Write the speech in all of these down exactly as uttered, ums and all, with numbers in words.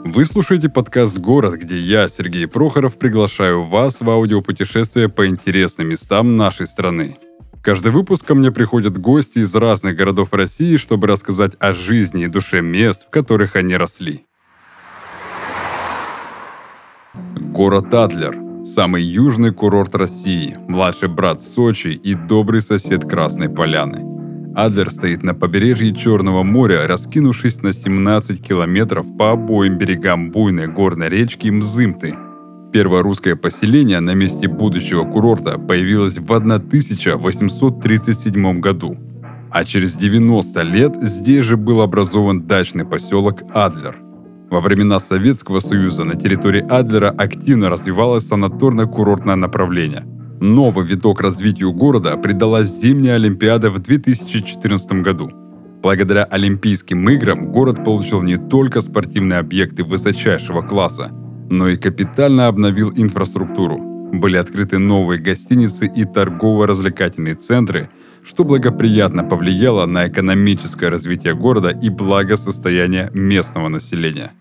Вы слушаете подкаст «Город», где я, Сергей Прохоров, приглашаю вас в аудиопутешествие по интересным местам нашей страны. Каждый выпуск ко мне приходят гости из разных городов России, чтобы рассказать о жизни и душе мест, в которых они росли. Город Адлер – самый южный курорт России, младший брат Сочи и добрый сосед Красной Поляны. Адлер стоит на побережье Черного моря, раскинувшись на семнадцать километров по обоим берегам буйной горной речки Мзымты. Первое русское поселение на месте будущего курорта появилось в тысяча восемьсот тридцать седьмом году, а через девяносто лет здесь же был образован дачный поселок Адлер. Во времена Советского Союза на территории Адлера активно развивалось санаторно-курортное направление. Новый виток развитию города придала зимняя Олимпиада в две тысячи четырнадцатом году. Благодаря Олимпийским играм город получил не только спортивные объекты высочайшего класса, но и капитально обновил инфраструктуру. Были открыты новые гостиницы и торгово-развлекательные центры, что благоприятно повлияло на экономическое развитие города и благосостояние местного населения.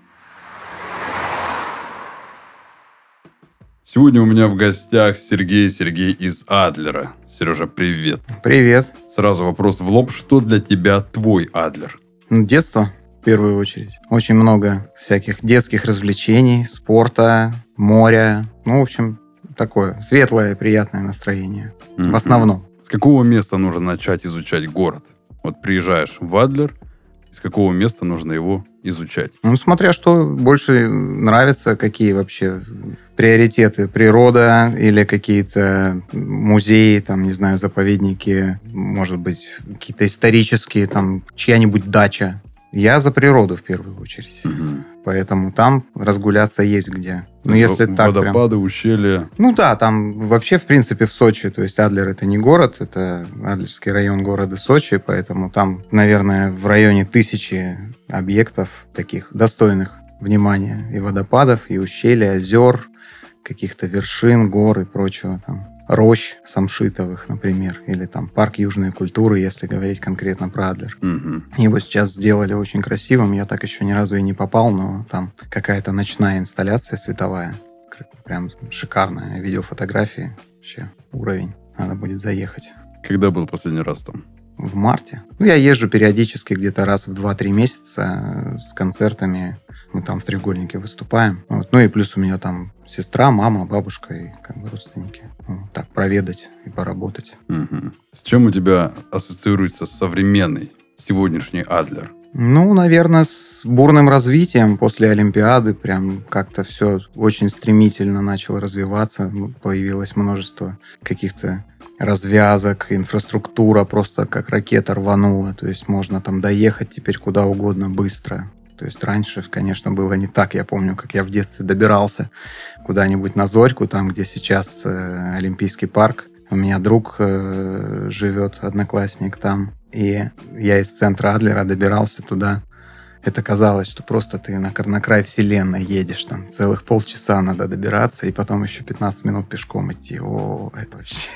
Сегодня у меня в гостях Сергей Сергей из Адлера. Сережа, привет. Привет. Сразу вопрос в лоб. Что для тебя твой Адлер? Ну, детство, в первую очередь. Очень много всяких детских развлечений, спорта, моря. Ну, в общем, такое светлое, приятное настроение. Mm-hmm. В основном. С какого места нужно начать изучать город? Вот приезжаешь в Адлер, с какого места нужно его изучать? Ну, смотря что больше нравится, какие вообще приоритеты. Природа или какие-то музеи, там, не знаю, заповедники, может быть, какие-то исторические, там, чья-нибудь дача. Я за природу в первую очередь. Угу. Поэтому там разгуляться есть где. Ну, если так водопады, прям... ущелья. Ну да, там вообще, в принципе, в Сочи. То есть Адлер — это не город, это Адлерский район города Сочи, поэтому там, наверное, в районе тысячи объектов таких достойных внимания. И водопадов, и ущелий, озер, каких-то вершин, гор и прочего там. Рощ самшитовых, например, или там парк южной культуры, если говорить конкретно про Адлер. Угу. Его сейчас сделали очень красивым, я так еще ни разу и не попал, но там какая-то ночная инсталляция световая, прям шикарная. Я видел фотографии, вообще уровень, надо будет заехать. Когда был последний раз там? В марте. Ну, я езжу периодически где-то раз в два-три месяца с концертами. Мы там в треугольнике выступаем. Вот. Ну и плюс у меня там сестра, мама, бабушка и как бы родственники. Вот. Так, проведать и поработать. Угу. С чем у тебя ассоциируется современный сегодняшний Адлер? Ну, наверное, с бурным развитием после Олимпиады. Прям как-то все очень стремительно начало развиваться. Появилось множество каких-то развязок, инфраструктура просто как ракета рванула. То есть можно там доехать теперь куда угодно быстро. То есть раньше, конечно, было не так. Я помню, как я в детстве добирался куда-нибудь на Зорьку, там, где сейчас э, Олимпийский парк. У меня друг э, живет, одноклассник там. И я из центра Адлера добирался туда. Это казалось, что просто ты на, на край вселенной едешь. Там целых полчаса надо добираться, и потом еще пятнадцать минут пешком идти. О, это вообще...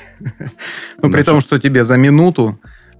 Ну, при том, что тебе за минуту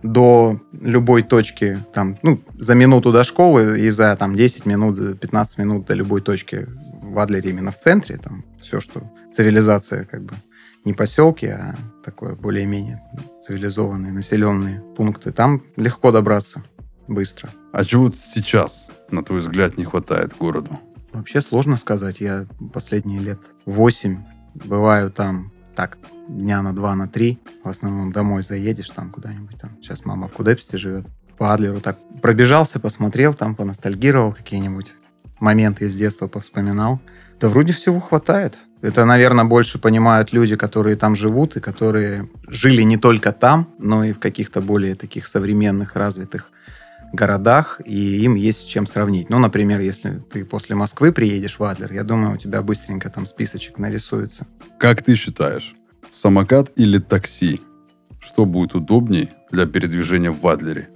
до любой точки, там, ну, за минуту до школы и за там, десять минут, за пятнадцать минут до любой точки в Адлере, именно в центре, там все, что цивилизация, как бы, не поселки, а такое более-менее цивилизованные населенные пункты, там легко добраться, быстро. А чего сейчас, на твой взгляд, не хватает городу? Вообще сложно сказать. Я последние лет восемь бываю там так, дня на два, на три. В основном домой заедешь там куда-нибудь. Там. Сейчас мама в Кудепсте живет. По Адлеру так пробежался, посмотрел, там поностальгировал, какие-нибудь моменты из детства повспоминал. Да вроде всего хватает. Это, наверное, больше понимают люди, которые там живут и которые жили не только там, но и в каких-то более таких современных, развитых городах, и им есть с чем сравнить. Ну, например, если ты после Москвы приедешь в Адлер, я думаю, у тебя быстренько там списочек нарисуется. Как ты считаешь, самокат или такси? Что будет удобней для передвижения в Адлере?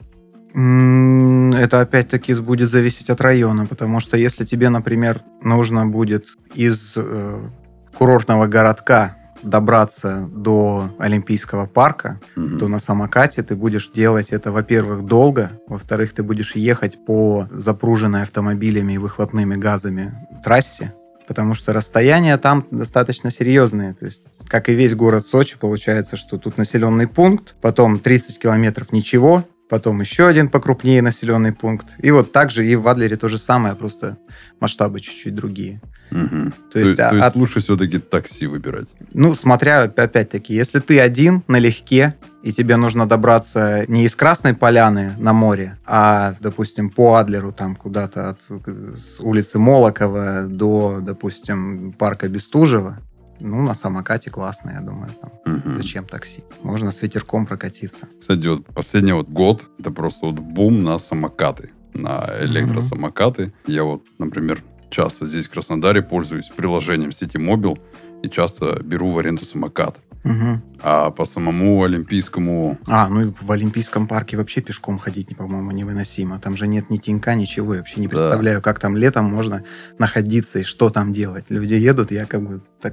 Это опять-таки будет зависеть от района, потому что если тебе, например, нужно будет из э, курортного городка добраться до Олимпийского парка, mm-hmm. то на самокате ты будешь делать это, во-первых, долго, во-вторых, ты будешь ехать по запруженной автомобилями и выхлопными газами трассе, потому что расстояния там достаточно серьезные. То есть, как и весь город Сочи, получается, что тут населенный пункт, потом тридцать километров ничего, потом еще один покрупнее населенный пункт. И вот так же и в Адлере то же самое, просто масштабы чуть-чуть другие. Угу. То есть, то, то есть от... лучше все-таки такси выбирать? Ну, смотря, опять-таки, если ты один налегке, и тебе нужно добраться не из Красной Поляны на море, а, допустим, по Адлеру, там куда-то от с улицы Молокова до, допустим, парка Бестужева, ну, на самокате классно, я думаю. Там. Угу. Зачем такси? Можно с ветерком прокатиться. Кстати, вот последний вот год, это просто вот бум на самокаты, на электросамокаты. Угу. Я вот, например, часто здесь, в Краснодаре, пользуюсь приложением Ситимобил и часто беру в аренду самокат. Угу. А по самому Олимпийскому... А, ну и в Олимпийском парке вообще пешком ходить, по-моему, невыносимо. Там же нет ни тенька, ничего. Я вообще не представляю, да. как там летом можно находиться и что там делать. Люди едут, я как бы так...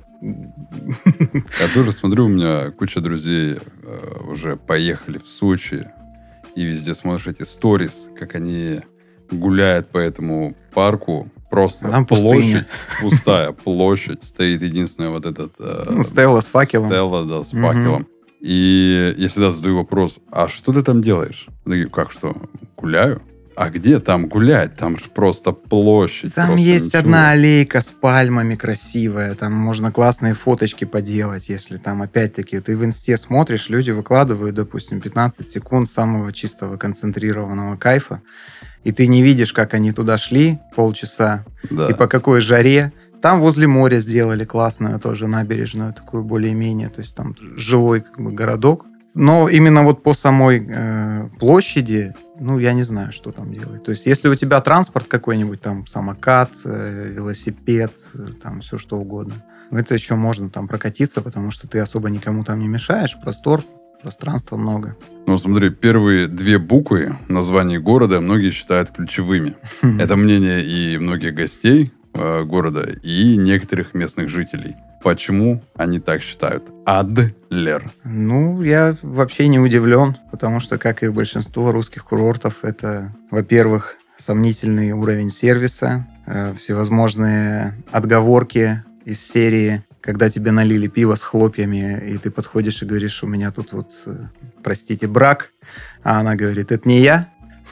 Я тоже смотрю, у меня куча друзей э, уже поехали в Сочи и везде смотришь эти сторис, как они гуляют по этому парку. Просто там площадь, пустая площадь. Стоит единственная вот этот... Э, ну, стелла с факелом. Стелла, да, с факелом. Угу. И я всегда задаю вопрос, а что ты там делаешь? Такие, как что, гуляю? А где там гулять? Там же просто площадь. Там просто есть ничего. Одна аллейка с пальмами красивая. Там можно классные фоточки поделать, если там, опять-таки, ты в инсте смотришь, люди выкладывают, допустим, пятнадцать секунд самого чистого концентрированного кайфа. И ты не видишь, как они туда шли полчаса, да. и по какой жаре. Там возле моря сделали классную тоже набережную, такую более-менее, то есть там жилой как бы городок. Но именно вот по самой э, площади, ну, я не знаю, что там делать. То есть если у тебя транспорт какой-нибудь, там самокат, э, велосипед, э, там все что угодно, это еще можно там прокатиться, потому что ты особо никому там не мешаешь, простор, пространства много. Ну, смотри, первые две буквы в названии города многие считают ключевыми. Это мнение и многих гостей э, города, и некоторых местных жителей. Почему они так считают? Адлер. Ну, я вообще не удивлен, потому что, как и большинство русских курортов, это, во-первых, сомнительный уровень сервиса, э, всевозможные отговорки из серии, когда тебе налили пиво с хлопьями, и ты подходишь и говоришь, у меня тут вот, простите, брак, а она говорит, это не я,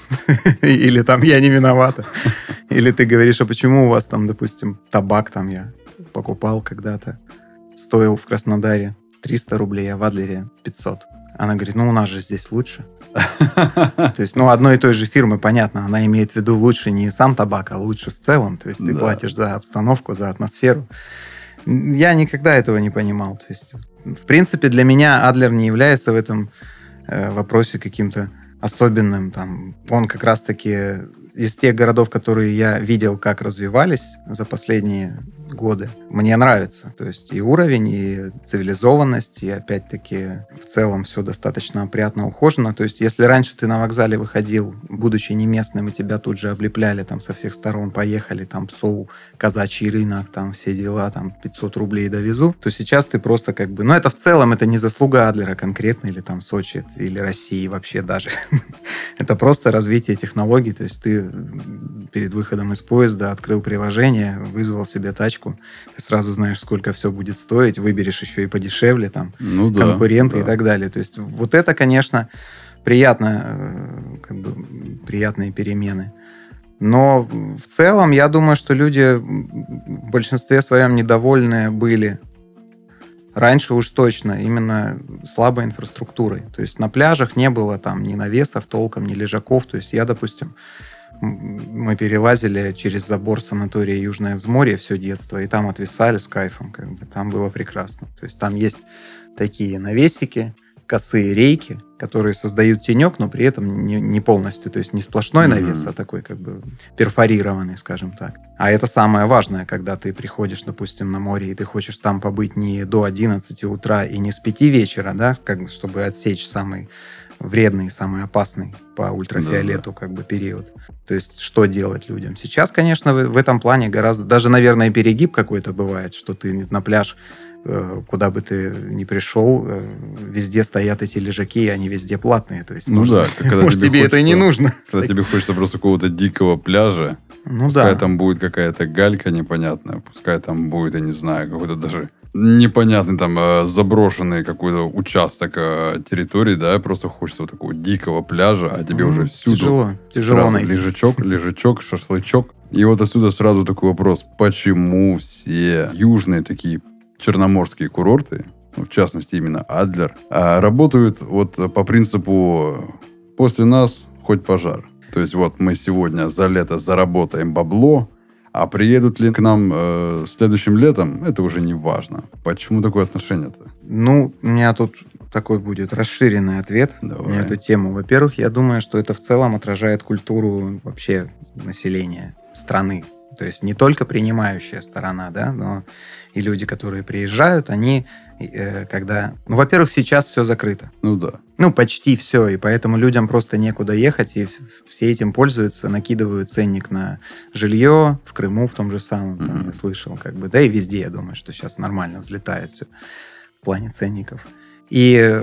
или там я не виновата. Или ты говоришь, а почему у вас там, допустим, табак там я покупал когда-то, стоил в Краснодаре триста рублей, а в Адлере пятьсот. Она говорит, ну у нас же здесь лучше. То есть, ну, одной и той же фирмы, понятно, она имеет в виду лучше не сам табак, а лучше в целом. То есть ты платишь за обстановку, за атмосферу. Я никогда этого не понимал. То есть, в принципе, для меня Адлер не является в этом э, вопросе каким-то особенным. Там, он как раз-таки из тех городов, которые я видел, как развивались за последние годы, мне нравится. То есть и уровень, и цивилизованность, и опять-таки в целом все достаточно опрятно ухожено. То есть если раньше ты на вокзале выходил, будучи не местным, и тебя тут же облепляли там со всех сторон, поехали, там ПСОУ, казачий рынок, там все дела, там пятьсот рублей довезу, то сейчас ты просто как бы... Ну это в целом, это не заслуга Адлера конкретно, или там Сочи, или России вообще даже. Это просто развитие технологий. То есть ты перед выходом из поезда открыл приложение, вызвал себе тачку, ты сразу знаешь, сколько все будет стоить, выберешь еще и подешевле, там, ну, да, конкуренты да. и так далее. То есть вот это, конечно, приятно, как бы, приятные перемены. Но в целом, я думаю, что люди в большинстве своем недовольны были раньше уж точно именно слабой инфраструктурой. То есть на пляжах не было там ни навесов толком, ни лежаков. То есть я, допустим, мы перелазили через забор санатория Южное Взморье все детство, и там отвисали с кайфом. Как бы. Там было прекрасно. То есть там есть такие навесики, косые рейки, которые создают тенек, но при этом не, не полностью. То есть не сплошной навес, mm-hmm. а такой как бы перфорированный, скажем так. А это самое важное, когда ты приходишь, допустим, на море, и ты хочешь там побыть не до одиннадцати утра и не с пяти вечера, да, как, чтобы отсечь самый вредный, самый опасный по ультрафиолету да, да. как бы период. То есть что делать людям? Сейчас, конечно, в, в этом плане гораздо... Даже, наверное, перегиб какой-то бывает, что ты на пляж, э, куда бы ты ни пришел, э, везде стоят эти лежаки, и они везде платные. То есть, ну может, да, когда может тебе, тебе это и не нужно. Когда тебе хочется просто какого-то дикого пляжа, Ну Пускай да. там будет какая-то галька непонятная, пускай там будет, я не знаю, какой-то даже непонятный там э, заброшенный какой-то участок э, территории, да, просто хочется вот такого дикого пляжа, а тебе Ну, уже всюду тяжело, тяжело сразу найти. лежачок, лежачок, шашлычок. И вот отсюда сразу такой вопрос, почему все южные такие черноморские курорты, ну, в частности именно Адлер, а, работают вот по принципу «после нас хоть пожар». То есть вот мы сегодня за лето заработаем бабло, а приедут ли к нам э, следующим летом, это уже не важно. Почему такое отношение-то? Ну, у меня тут такой будет расширенный ответ Давай. на эту тему. Во-первых, я думаю, что это в целом отражает культуру вообще населения страны. То есть не только принимающая сторона, да, но и люди, которые приезжают, они, э, когда... Ну, во-первых, сейчас все закрыто. Ну да. Ну, почти все, и поэтому людям просто некуда ехать, и все этим пользуются, накидывают ценник на жилье, в Крыму в том же самом, там, Мгм. я слышал, как бы, да и везде, я думаю, что сейчас нормально взлетает все в плане ценников. И э,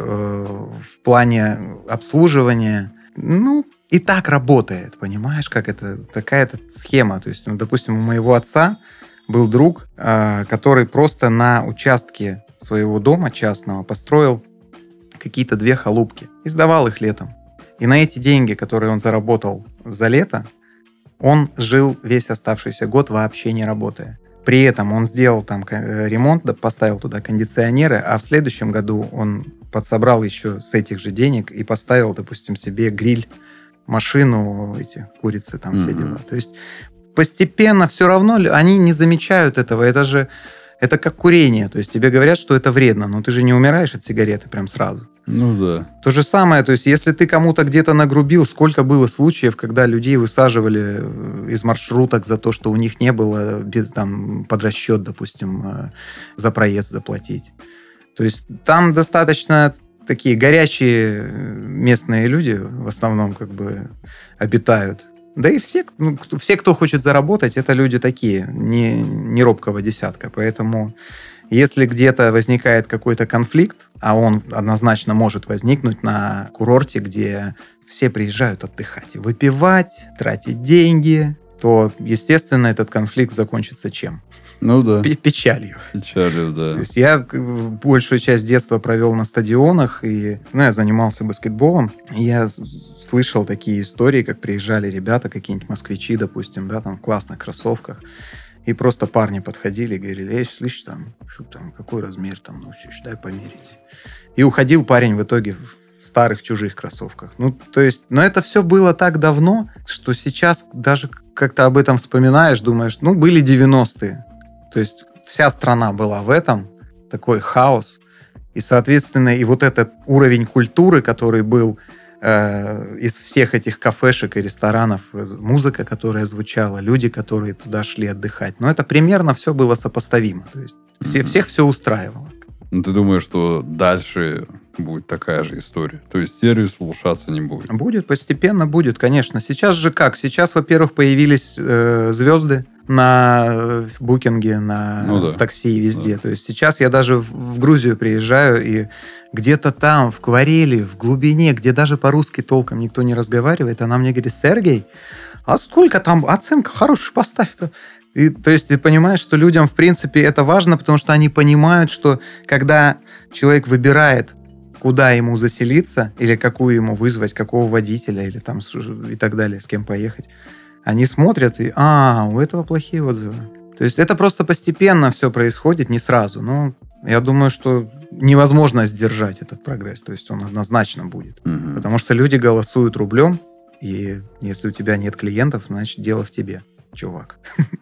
в плане обслуживания, ну, и так работает, понимаешь, как это, такая-то схема. То есть, ну, допустим, у моего отца был друг, э, который просто на участке своего дома частного построил какие-то две халупки и сдавал их летом. И на эти деньги, которые он заработал за лето, он жил весь оставшийся год, вообще не работая. При этом он сделал там ка- ремонт, да, поставил туда кондиционеры, а в следующем году он подсобрал еще с этих же денег и поставил, допустим, себе гриль, машину, эти курицы, там все Мгм. дела. То есть постепенно все равно лю- они не замечают этого. Это же это как курение. То есть тебе говорят, что это вредно, но ты же не умираешь от сигареты прям сразу. Ну да. То же самое, то есть если ты кому-то где-то нагрубил, сколько было случаев, когда людей высаживали э, из маршруток за то, что у них не было без, там, под расчет, допустим, э, за проезд заплатить. То есть там достаточно такие горячие местные люди в основном как бы обитают. Да и все, ну, кто- все, кто хочет заработать, это люди такие, не, не робкого десятка. Поэтому если где-то возникает какой-то конфликт, а он однозначно может возникнуть на курорте, где все приезжают отдыхать и выпивать, тратить деньги, то, естественно, этот конфликт закончится чем? Ну да. Пе- Печалью. Печалью, да. То есть я к- большую часть детства провел на стадионах, и ну, я занимался баскетболом. И я с- слышал такие истории, как приезжали ребята, какие-нибудь москвичи, допустим, да, там в классных кроссовках, и просто парни подходили и говорили: эй, слышь, там, что там, какой размер там носишь, дай померить. И уходил парень в итоге в в старых чужих кроссовках. Ну, то есть, но это все было так давно, что сейчас даже как-то об этом вспоминаешь, думаешь, ну, были девяностые. То есть вся страна была в этом, такой хаос. И, соответственно, и вот этот уровень культуры, который был э, из всех этих кафешек и ресторанов, э, музыка, которая звучала, люди, которые туда шли отдыхать, ну, это примерно все было сопоставимо. То есть все, Мгм. всех все устраивало. Ну ты думаешь, что дальше будет такая же история? То есть сервис улучшаться не будет? Будет, постепенно будет, конечно. Сейчас же как? Сейчас, во-первых, появились э, звезды на э, букинге, на, Ну да. в такси и везде. Да. То есть сейчас я даже в, в Грузию приезжаю, и где-то там, в Кварели, в глубине, где даже по-русски толком никто не разговаривает, она мне говорит: Сергей, а сколько там оценка хорошая, поставь-то. И, то есть ты понимаешь, что людям, в принципе, это важно, потому что они понимают, что когда человек выбирает, куда ему заселиться, или какую ему вызвать, какого водителя, или там с- и так далее, с кем поехать, они смотрят и, а, у этого плохие отзывы. То есть это просто постепенно все происходит, не сразу. Но я думаю, что невозможно сдержать этот прогресс. То есть он однозначно будет. Мгм. Потому что люди голосуют рублем, и если у тебя нет клиентов, значит, дело в тебе, чувак.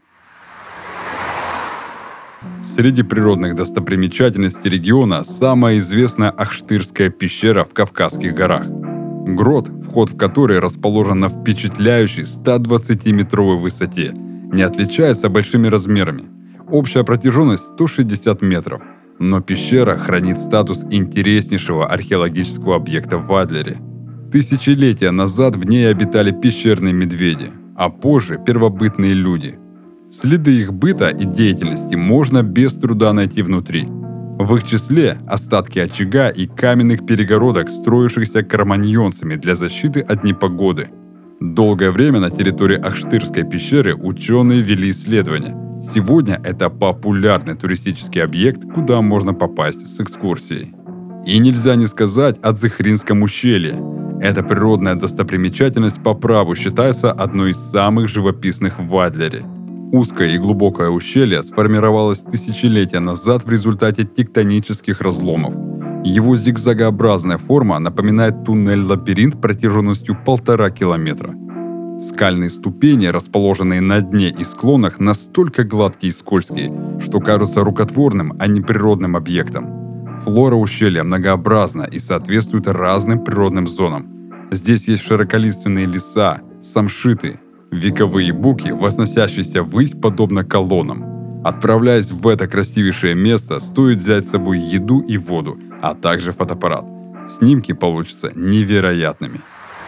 Среди природных достопримечательностей региона самая известная Ахштырская пещера в Кавказских горах. Грот, вход в который расположен на впечатляющей ста двадцатиметровой высоте, не отличается большими размерами. Общая протяженность сто шестьдесят метров, но пещера хранит статус интереснейшего археологического объекта в Адлере. Тысячелетия назад в ней обитали пещерные медведи, а позже первобытные люди. Следы их быта и деятельности можно без труда найти внутри. В их числе остатки очага и каменных перегородок, строившихся кроманьонцами для защиты от непогоды. Долгое время на территории Ахштырской пещеры ученые вели исследования. Сегодня это популярный туристический объект, куда можно попасть с экскурсией. И нельзя не сказать о Дзыхринском ущелье. Эта природная достопримечательность по праву считается одной из самых живописных в Адлере. Узкое и глубокое ущелье сформировалось тысячелетия назад в результате тектонических разломов. Его зигзагообразная форма напоминает туннель-лабиринт протяженностью полтора километра. Скальные ступени, расположенные на дне и склонах, настолько гладкие и скользкие, что кажутся рукотворным, а не природным объектом. Флора ущелья многообразна и соответствует разным природным зонам. Здесь есть широколиственные леса, самшиты, вековые буки, возносящиеся ввысь подобно колоннам. Отправляясь в это красивейшее место, стоит взять с собой еду и воду, а также фотоаппарат. Снимки получатся невероятными.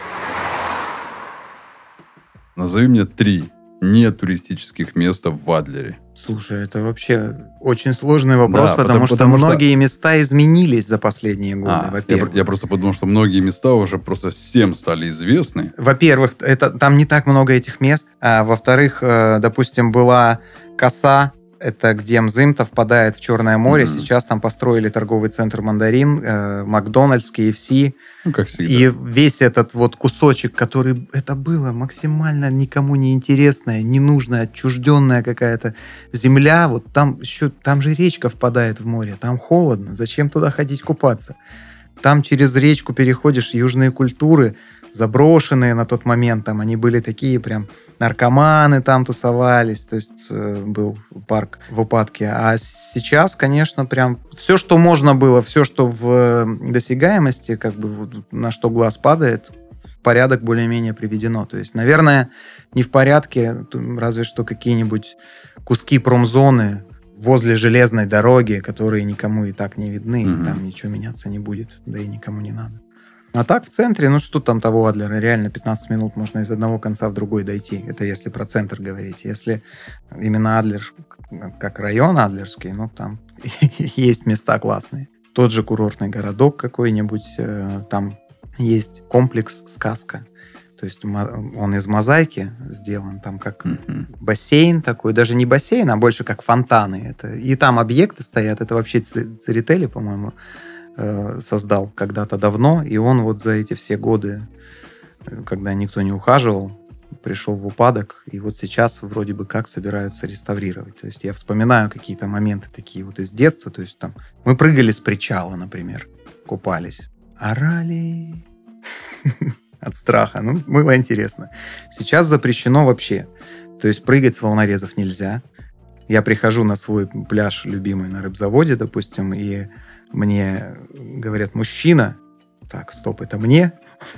Назови мне три нетуристических места в Адлере. Слушай, это вообще очень сложный вопрос, Да, потому, потому- что потому что- многие места изменились за последние годы, А, я, во-первых. про- я просто подумал, что многие места уже просто всем стали известны. Во-первых, это, там не так много этих мест. А, во-вторых, э, допустим, была коса, это где Мзымта впадает в Черное море. Мгм. Сейчас там построили торговый центр «Мандарин», э, Макдональдс, кей эф си. Ну, как всегда. И весь этот вот кусочек, который... Это было максимально никому не интересная, ненужная, отчужденная какая-то земля. Вот там еще... Там же речка впадает в море. Там холодно. Зачем туда ходить купаться? Там через речку переходишь южные культуры, заброшенные на тот момент. Там они были такие прям наркоманы там тусовались. То есть э, был парк в упадке. А сейчас, конечно, прям все, что можно было, все, что в э, досягаемости, как бы вот на что глаз падает, в порядок более-менее приведено. То есть, наверное, не в порядке, разве что какие-нибудь куски промзоны возле железной дороги, которые никому и так не видны, Мгм. и там ничего меняться не будет, да и никому не надо. А так в центре, ну что там того Адлера, реально пятнадцать минут можно из одного конца в другой дойти. Это если про центр говорить. Если именно Адлер, как район Адлерский, ну там есть места классные. Тот же курортный городок какой-нибудь, э, там есть комплекс «Сказка». То есть ма- он из мозаики сделан, там как Мгм. бассейн такой, даже не бассейн, а больше как фонтаны. Это, и там объекты стоят, это вообще Ци- Церетели, по-моему, э, создал когда-то давно, и он вот за эти все годы, э, когда никто не ухаживал, пришел в упадок, и вот сейчас вроде бы как собираются реставрировать. То есть я вспоминаю какие-то моменты такие вот из детства, то есть там мы прыгали с причала, например, купались, орали от страха. Ну, было интересно. Сейчас запрещено вообще. То есть прыгать с волнорезов нельзя. Я прихожу на свой пляж любимый на рыбзаводе, допустим, и мне говорят: мужчина. Так, стоп, это мне?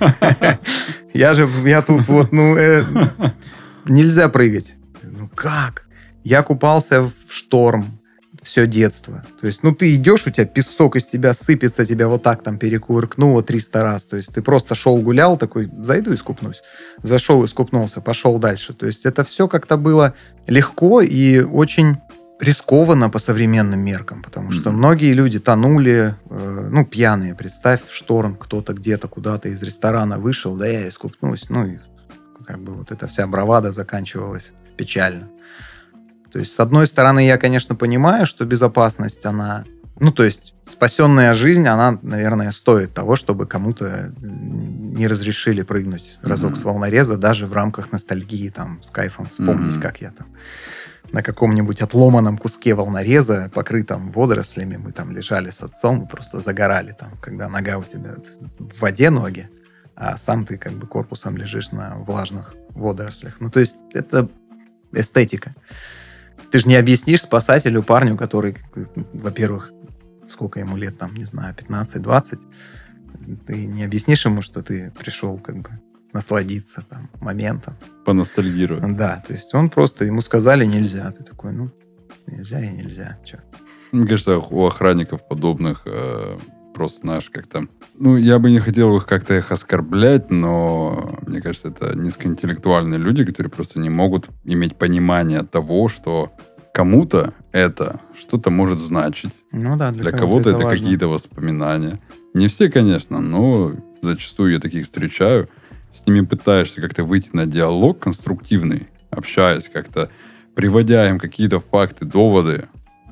Я же, я тут вот, ну, э, нельзя прыгать. Ну, как? Я купался в шторм все детство. То есть, ну, ты идешь, у тебя песок из тебя сыпется, тебя вот так там перекувыркнуло триста раз. То есть, ты просто шел, гулял, такой, зайду и скупнусь. Зашел и скупнулся, пошел дальше. То есть, это все как-то было легко и очень рискованно по современным меркам, потому что Мгм. многие люди тонули, э, ну, пьяные. Представь, шторм, кто-то где-то куда-то из ресторана вышел, да я и скупнусь. Ну, и как бы вот эта вся бравада заканчивалась печально. То есть, с одной стороны, я, конечно, понимаю, что безопасность, она... Ну, то есть, спасенная жизнь, она, наверное, стоит того, чтобы кому-то не разрешили прыгнуть разок Мгм. с волнореза, даже в рамках ностальгии, там, с кайфом вспомнить, Мгм. как я там на каком-нибудь отломанном куске волнореза, покрытом водорослями, мы там лежали с отцом и просто загорали там, когда нога у тебя в воде, ноги, а сам ты как бы корпусом лежишь на влажных водорослях. Ну, то есть, это эстетика. Ты же не объяснишь спасателю, парню, который, во-первых, сколько ему лет, там, не знаю, пятнадцать-двадцать, ты не объяснишь ему, что ты пришел как бы насладиться там моментом. Поностальгировать. Да, то есть он просто, ему сказали нельзя. Ты такой, ну, нельзя и нельзя. Чё? Мне кажется, у охранников подобных э, просто, знаешь, как-то... Ну, я бы не хотел их как-то их оскорблять, но мне кажется, это низкоинтеллектуальные люди, которые просто не могут иметь понимание того, что кому-то это что-то может значить. Ну да, Для кого-то это, важно. какие-то воспоминания. Не все, конечно, но зачастую я таких встречаю. с ними пытаешься как-то выйти на диалог конструктивный, общаясь как-то, приводя им какие-то факты, доводы,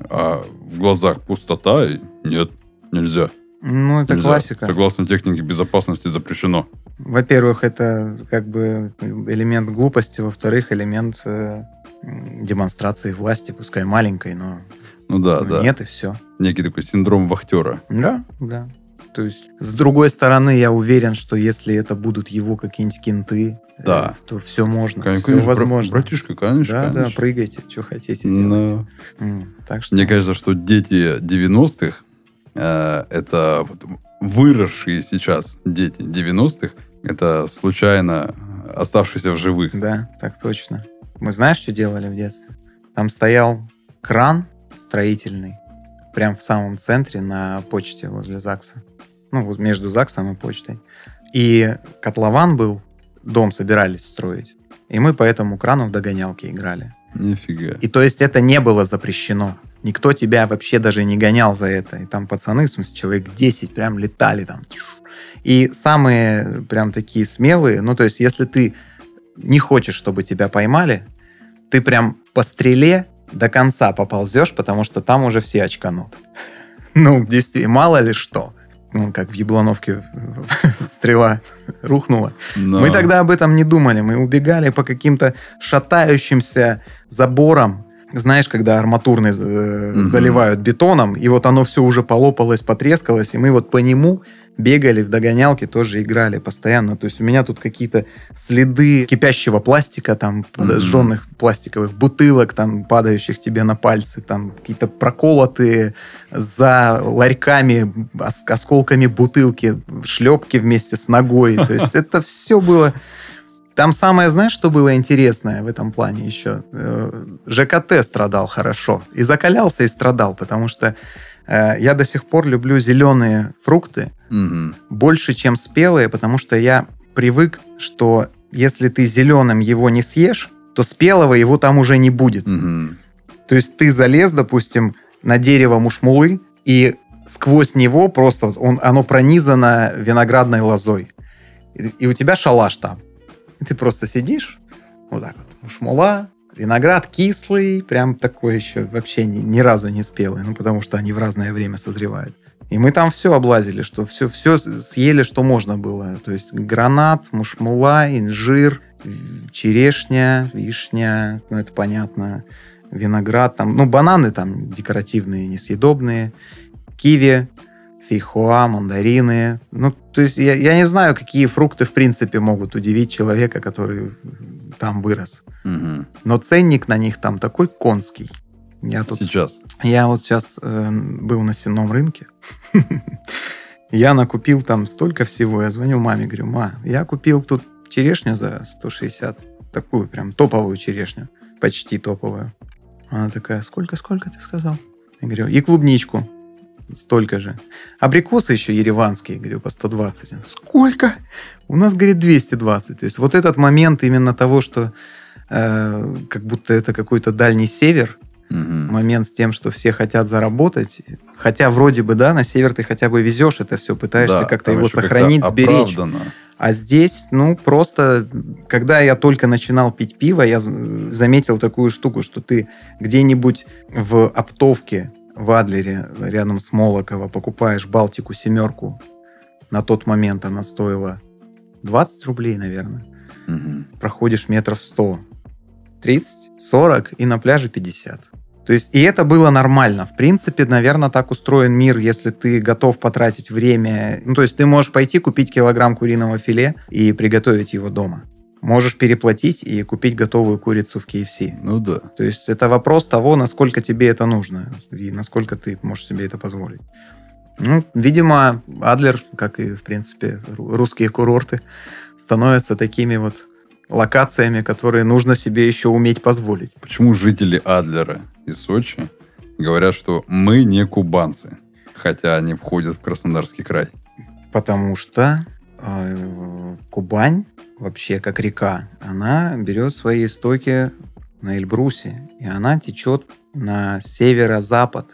а в глазах пустота, и нет, нельзя. Ну, это Нельзя. классика. Согласно технике безопасности запрещено. Во-первых, это как бы элемент глупости, во-вторых, элемент э, демонстрации власти, пускай маленькой, но Ну да, ну, да. нет и все. Некий такой синдром вахтера. Да, да. То есть, с другой стороны, я уверен, что если это будут его какие-нибудь кенты, Да. э, то все можно, Конечно, все конечно, бра- возможно. братишка, конечно, да, конечно. да, прыгайте, что хотите Но делать. М, Так что... Мне кажется, что дети девяностых, э, это вот выросшие сейчас дети девяностых, это случайно оставшиеся в живых. Да, так точно. Мы знаешь, что делали в детстве? Там стоял кран строительный, прям в самом центре на почте возле ЗАГСа. Ну, вот между ЗАГСом и почтой. И котлован был, дом собирались строить. И мы по этому крану в догонялки играли. Нифига. И то есть это не было запрещено. Никто тебя вообще даже не гонял за это. И там пацаны, в смысле, человек десять прям летали там. И самые прям такие смелые, ну, то есть если ты не хочешь, чтобы тебя поймали, ты прям по стреле до конца поползешь, потому что там уже все очканут. Ну, действительно, мало ли что. Ну, как в Яблоновке стрела рухнула. Но- Мы тогда об этом не думали. Мы убегали по каким-то шатающимся заборам. Знаешь, когда арматурный э, Мгм. заливают бетоном, и вот оно все уже полопалось, потрескалось, и мы вот по нему бегали в догонялки, тоже играли постоянно. То есть у меня тут какие-то следы кипящего пластика, там, подожженных пластиковых бутылок, там, падающих тебе на пальцы, там, какие-то проколотые за ларьками, ос- осколками бутылки, шлепки вместе с ногой. То есть это все было... Там самое, знаешь, что было интересное в этом плане еще? Э, ЖКТ страдал хорошо. И закалялся, и страдал, потому что э, я до сих пор люблю зеленые фрукты Мгм. больше, чем спелые, потому что я привык, что если ты зеленым его не съешь, то спелого его там уже не будет. Мгм. То есть ты залез, допустим, на дерево мушмулы, и сквозь него просто вот он, оно пронизано виноградной лозой. И, и у тебя шалаш там. И ты просто сидишь, вот так вот, мушмула, виноград кислый, прям такой еще вообще ни, ни разу не спелый, ну, потому что они в разное время созревают. И мы там все облазили, что все, все съели, что можно было. То есть гранат, мушмула, инжир, черешня, вишня, ну, это понятно, виноград, там, ну, бананы там декоративные, несъедобные, киви, фейхоа, мандарины. Ну, то есть я, я не знаю, какие фрукты, в принципе, могут удивить человека, который там вырос. Мгм. Но ценник на них там такой конский. Я тут... Сейчас. Я вот сейчас э, был на сенном рынке. Я накупил там столько всего. Я звоню маме, говорю: ма, я купил тут черешню за сто шестьдесят. Такую прям топовую черешню. Почти топовую. Она такая: сколько, сколько ты сказал? Я говорю: и клубничку. Столько же. Абрикосы еще ереванские, говорю, по сто двадцать. Сколько? У нас, говорит, двести двадцать. То есть вот этот момент именно того, что э, как будто это какой-то дальний север, Мгм. момент с тем, что все хотят заработать. Хотя вроде бы, да, на север ты хотя бы везешь это все, пытаешься Да, как-то там его еще сохранить, как-то сберечь. оправдано. А здесь, ну, просто, когда я только начинал пить пиво, я з- заметил такую штуку, что ты где-нибудь в оптовке в Адлере, рядом с Молоково, покупаешь Балтику семерку. На тот момент она стоила двадцать рублей, наверное. Мгм. Проходишь метров сто, тридцать, сорок, и на пляже пятьдесят. То есть, и это было нормально. В принципе, наверное, так устроен мир, если ты готов потратить время. Ну, то есть, ты можешь пойти купить килограмм куриного филе и приготовить его дома. Можешь переплатить и купить готовую курицу в кей эф си. Ну да. То есть, это вопрос того, насколько тебе это нужно и насколько ты можешь себе это позволить. Ну, видимо, Адлер, как и, в принципе, ру- русские курорты, становятся такими вот локациями, которые нужно себе еще уметь позволить. Почему жители Адлера из Сочи говорят, что мы не кубанцы, хотя они входят в Краснодарский край? Потому что э, Кубань, вообще как река, она берет свои истоки на Эльбрусе, и она течет на северо-запад.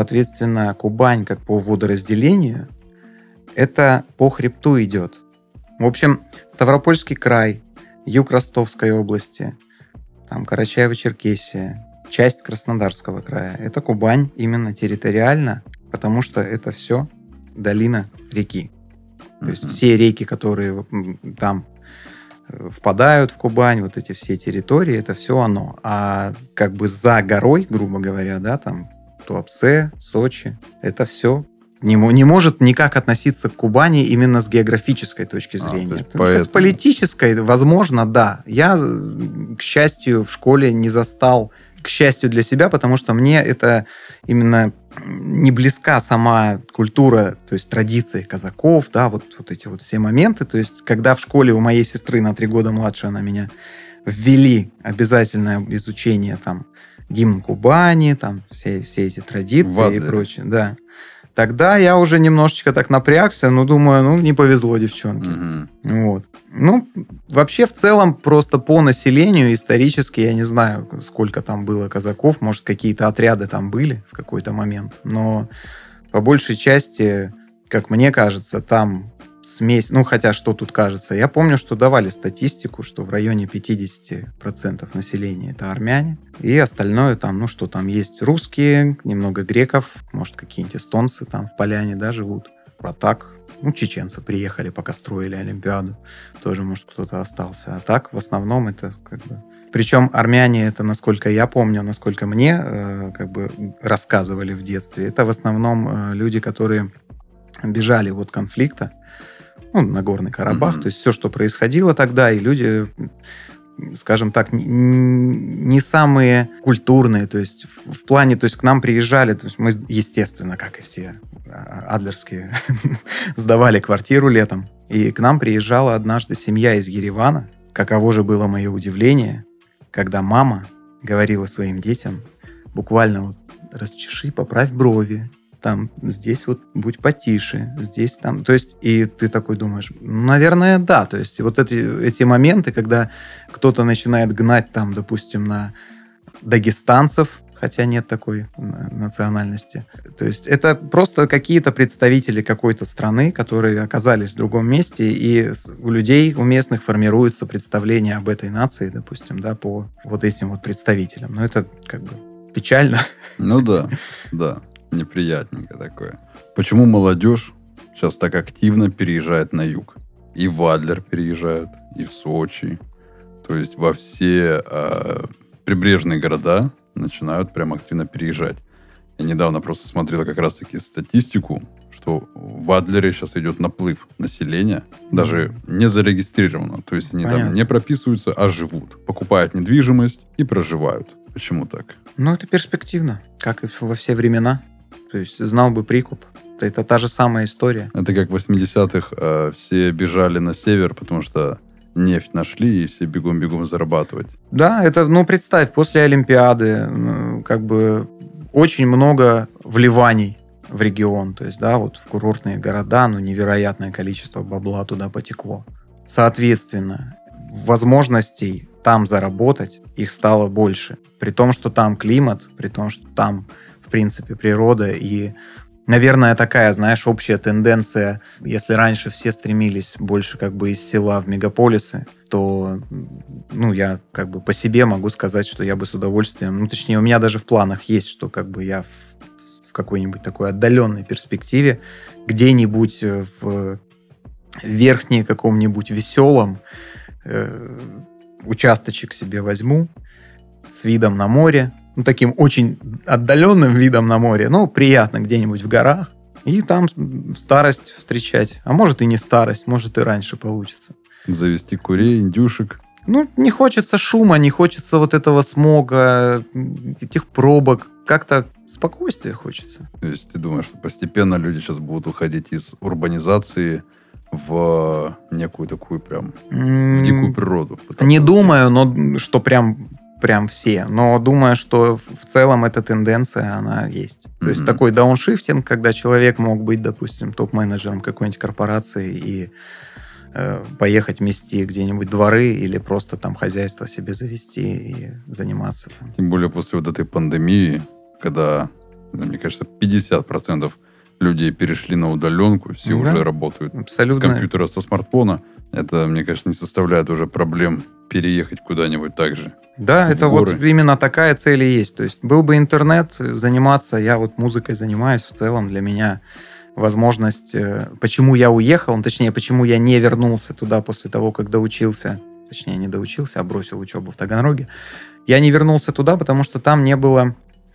Соответственно, Кубань, как по водоразделению, это по хребту идет. В общем, Ставропольский край, юг Ростовской области, там Карачаево-Черкесия, часть Краснодарского края. Это Кубань именно территориально, потому что это все долина реки. То есть все реки, которые там впадают в Кубань, вот эти все территории, это все оно. А как бы за горой, грубо говоря, да, там Туапсе, Сочи, это все не, не может никак относиться к Кубани именно с географической точки зрения. А, поэтому... С политической, возможно, да. Я, к счастью, в школе не застал, к счастью для себя, потому что мне это именно не близка сама культура, то есть традиции казаков, да, вот, вот эти вот все моменты. То есть, когда в школе у моей сестры на три года младше, она меня ввели обязательное изучение там гимн Кубани, там все, все эти традиции Вадлер. И прочее, да. Тогда я уже немножечко так напрягся, ну, думаю, ну, не повезло девчонке. Угу. Вот. Ну, вообще, в целом, просто по населению исторически, я не знаю, сколько там было казаков, может, какие-то отряды там были в какой-то момент, но по большей части, как мне кажется, там смесь, ну, хотя что тут кажется, я помню, что давали статистику, что в районе пятьдесят процентов населения это армяне, и остальное там, ну, что там есть русские, немного греков, может, какие-нибудь эстонцы там в Поляне, да, живут, а так, ну, чеченцы приехали, пока строили Олимпиаду, тоже, может, кто-то остался, а так, в основном, это как бы... Причем армяне, это, насколько я помню, насколько мне э, как бы рассказывали в детстве, это в основном э, люди, которые бежали от конфликта, ну, Нагорный Карабах, mm-hmm. то есть все, что происходило тогда, и люди, скажем так, не, не самые культурные, то есть в, в плане, то есть к нам приезжали, то есть мы, естественно, как и все адлерские, сдавали квартиру летом, и к нам приезжала однажды семья из Еревана. Каково же было мое удивление, когда мама говорила своим детям, буквально вот расчеши, поправь брови, там, здесь вот будь потише, здесь там, то есть, и ты такой думаешь, ну, наверное, да, то есть, вот эти, эти моменты, когда кто-то начинает гнать там, допустим, на дагестанцев, хотя нет такой национальности, то есть, это просто какие-то представители какой-то страны, которые оказались в другом месте, и у людей, у местных формируется представление об этой нации, допустим, да, по вот этим вот представителям, но это как бы печально. Ну да, да. Неприятненько такое. Почему молодежь сейчас так активно переезжает на юг? И в Адлер переезжают, и в Сочи. То есть во все э, прибрежные города начинают прям активно переезжать. Я недавно просто смотрел как раз-таки статистику, что в Адлере сейчас идет наплыв населения, даже не зарегистрировано. То есть они Понятно. Там не прописываются, а живут. Покупают недвижимость и проживают. Почему так? Ну, это перспективно, как и во все времена. То есть знал бы прикуп. Это та же самая история. Это как в восьмидесятых э, все бежали на север, потому что нефть нашли, и все бегом-бегом зарабатывать. Да, это, ну, представь, после Олимпиады ну, как бы очень много вливаний в регион. То есть, да, вот в курортные города, ну, невероятное количество бабла туда потекло. Соответственно, возможностей там заработать их стало больше. При том, что там климат, при том, что там в принципе, природа. И, наверное, такая, знаешь, общая тенденция, если раньше все стремились больше как бы из села в мегаполисы, то, ну, я как бы по себе могу сказать, что я бы с удовольствием, ну, точнее, у меня даже в планах есть, что как бы я в, в какой-нибудь такой отдаленной перспективе где-нибудь в верхней каком-нибудь веселом э, участочек себе возьму с видом на море, ну, таким очень отдаленным видом на море, ну, приятно где-нибудь в горах, и там старость встречать. А может и не старость, может и раньше получится. Завести курей, индюшек. Ну, не хочется шума, не хочется вот этого смога, этих пробок. Как-то спокойствия хочется. То есть ты думаешь, что постепенно люди сейчас будут уходить из урбанизации в некую такую прям, в дикую природу? Не думаю, но что прям... прям все. Но думаю, что в целом эта тенденция, она есть. То mm-hmm. есть такой дауншифтинг, когда человек мог быть, допустим, топ-менеджером какой-нибудь корпорации и э, поехать мести где-нибудь дворы или просто там хозяйство себе завести и заниматься. Там. Тем более после вот этой пандемии, когда, мне кажется, пятьдесят процентов людей перешли на удаленку, все да. уже работают Абсолютно. с компьютера, со смартфона. Это, мне кажется, не составляет уже проблем переехать куда-нибудь так же. Да, в это горы. вот именно такая цель и есть. То есть был бы интернет, заниматься, я вот музыкой занимаюсь в целом, для меня возможность, э, почему я уехал, ну, точнее, почему я не вернулся туда после того, как доучился, точнее, не доучился, а бросил учебу в Таганроге. Я не вернулся туда, потому что там не было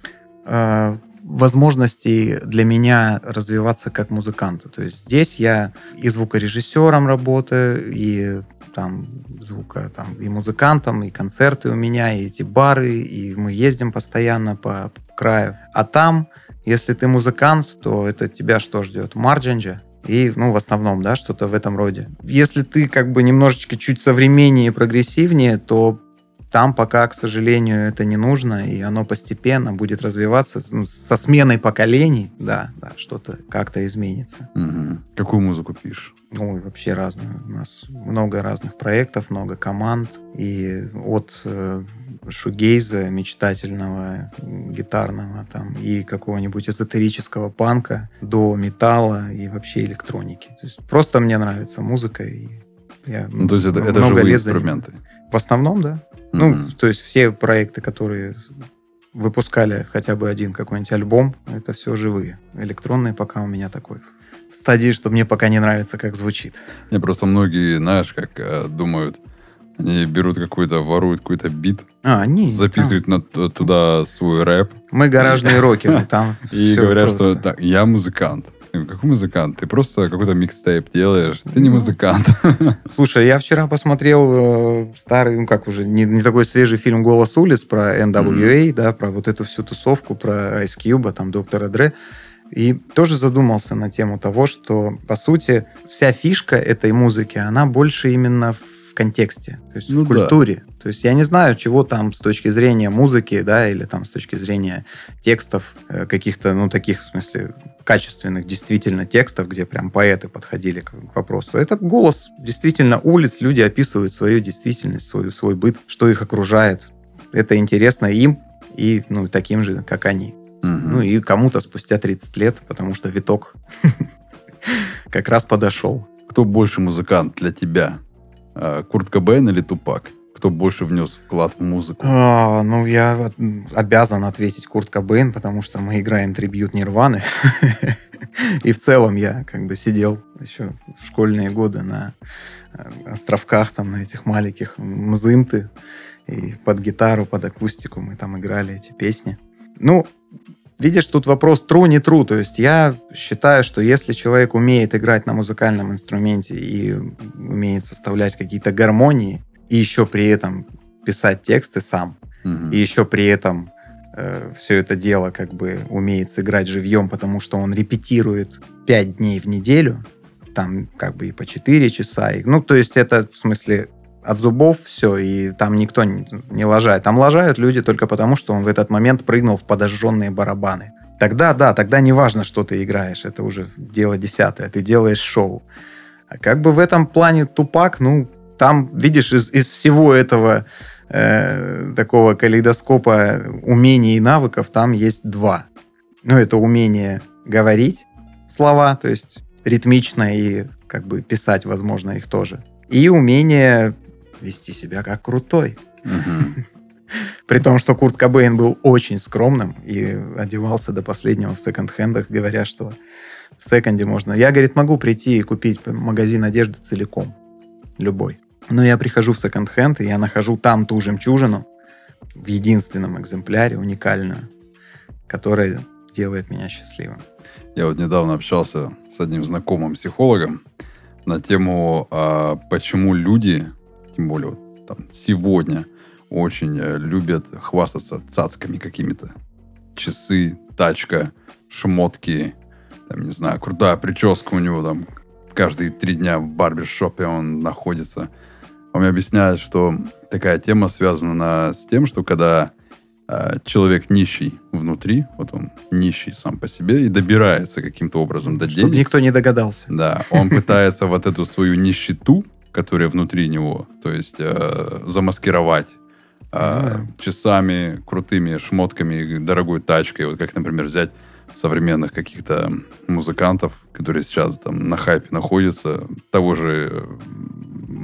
э, возможностей для меня развиваться как музыканту. То есть здесь я и звукорежиссером работаю, и там звука, там и музыкантом, и концерты у меня, и эти бары, и мы ездим постоянно по краю. А там, если ты музыкант, то это тебя что ждет? Марджинджа. И, ну, в основном, да, что-то в этом роде. Если ты как бы немножечко чуть современнее и прогрессивнее, то там пока, к сожалению, это не нужно, и оно постепенно будет развиваться. Ну, со сменой поколений, да, да, что-то как-то изменится. Угу. Какую музыку пишешь? Ну, вообще разную. У нас много разных проектов, много команд. И от э, шугейза мечтательного, гитарного, там, и какого-нибудь эзотерического панка до металла и вообще электроники. То есть просто мне нравится музыка. И я ну, то есть это, много это живые лет инструменты? занимаюсь. В основном, да. Mm-hmm. Ну, то есть все проекты, которые выпускали хотя бы один какой-нибудь альбом, это все живые. Электронные пока у меня такой в стадии, что мне пока не нравится, как звучит. Не, просто многие, знаешь, как э, думают, они берут какой-то, воруют какой-то бит, а, не, записывают на, туда свой рэп. Мы гаражные рокеры, там и говорят, что так, я музыкант. Какой музыкант? Ты просто какой-то микстейп делаешь. Ты не музыкант. Слушай, я вчера посмотрел э, старый, ну как уже, не, не такой свежий фильм «Голос улиц» про эн дабл ю эй, mm-hmm. да, про вот эту всю тусовку, про Ice Cube, там, доктора Dre. И тоже задумался на тему того, что, по сути, вся фишка этой музыки, она больше именно в контексте, то есть ну в культуре. Да. То есть я не знаю, чего там с точки зрения музыки, да, или там с точки зрения текстов, каких-то, ну, таких, в смысле, качественных действительно текстов, где прям поэты подходили к вопросу. Это голос действительно улиц, люди описывают свою действительность, свою, свой быт, что их окружает. Это интересно им и, ну, таким же, как они. Угу. Ну, и кому-то спустя тридцать лет, потому что виток как раз подошел. Кто больше музыкант для тебя? Курт Кобейн или Тупак? Кто больше внес вклад в музыку? А, ну, я обязан ответить Курт Кобейн, потому что мы играем трибьют Нирваны. И в целом я как бы сидел еще в школьные годы на островках, там, на этих маленьких мзымты, и под гитару, под акустику мы там играли эти песни. Ну, видишь, тут вопрос true, не true. То есть я считаю, что если человек умеет играть на музыкальном инструменте и умеет составлять какие-то гармонии, и еще при этом писать тексты сам, mm-hmm. и еще при этом э, все это дело как бы умеет сыграть живьем, потому что он репетирует пять дней в неделю, там как бы и по четыре часа. И, ну, то есть это, в смысле, от зубов все, и там никто не, не лажает. Там лажают люди только потому, что он в этот момент прыгнул в подожженные барабаны. Тогда, да, тогда не важно, что ты играешь, это уже дело десятое, ты делаешь шоу. А как бы в этом плане Тупак, ну, там, видишь, из, из всего этого э, такого калейдоскопа умений и навыков там есть два. Ну, это умение говорить слова, то есть ритмично и как бы писать, возможно, их тоже. И умение вести себя как крутой. Uh-huh. При том, что Курт Кобейн был очень скромным и одевался до последнего в секонд-хендах, говоря, что в секонде можно... Я, говорит, могу прийти и купить магазин одежды целиком. Любой. Но я прихожу в секонд-хенд, и я нахожу там ту жемчужину в единственном экземпляре, уникальную, которая делает меня счастливым. Я вот недавно общался с одним знакомым психологом на тему, а, почему люди, тем более вот, там, сегодня, очень любят хвастаться цацками какими-то. Часы, тачка, шмотки, там, не знаю, крутая прическа у него там. Каждые три дня в барбершопе он находится. Он мне объясняет, что такая тема связана с тем, что когда э, человек нищий внутри, вот он нищий сам по себе и добирается каким-то образом до денег. Чтобы никто не догадался. Да, он пытается вот эту свою нищету, которая внутри него, то есть э, замаскировать э, часами, крутыми шмотками, дорогой тачкой. Вот как, например, взять современных каких-то музыкантов, которые сейчас там на хайпе находятся, того же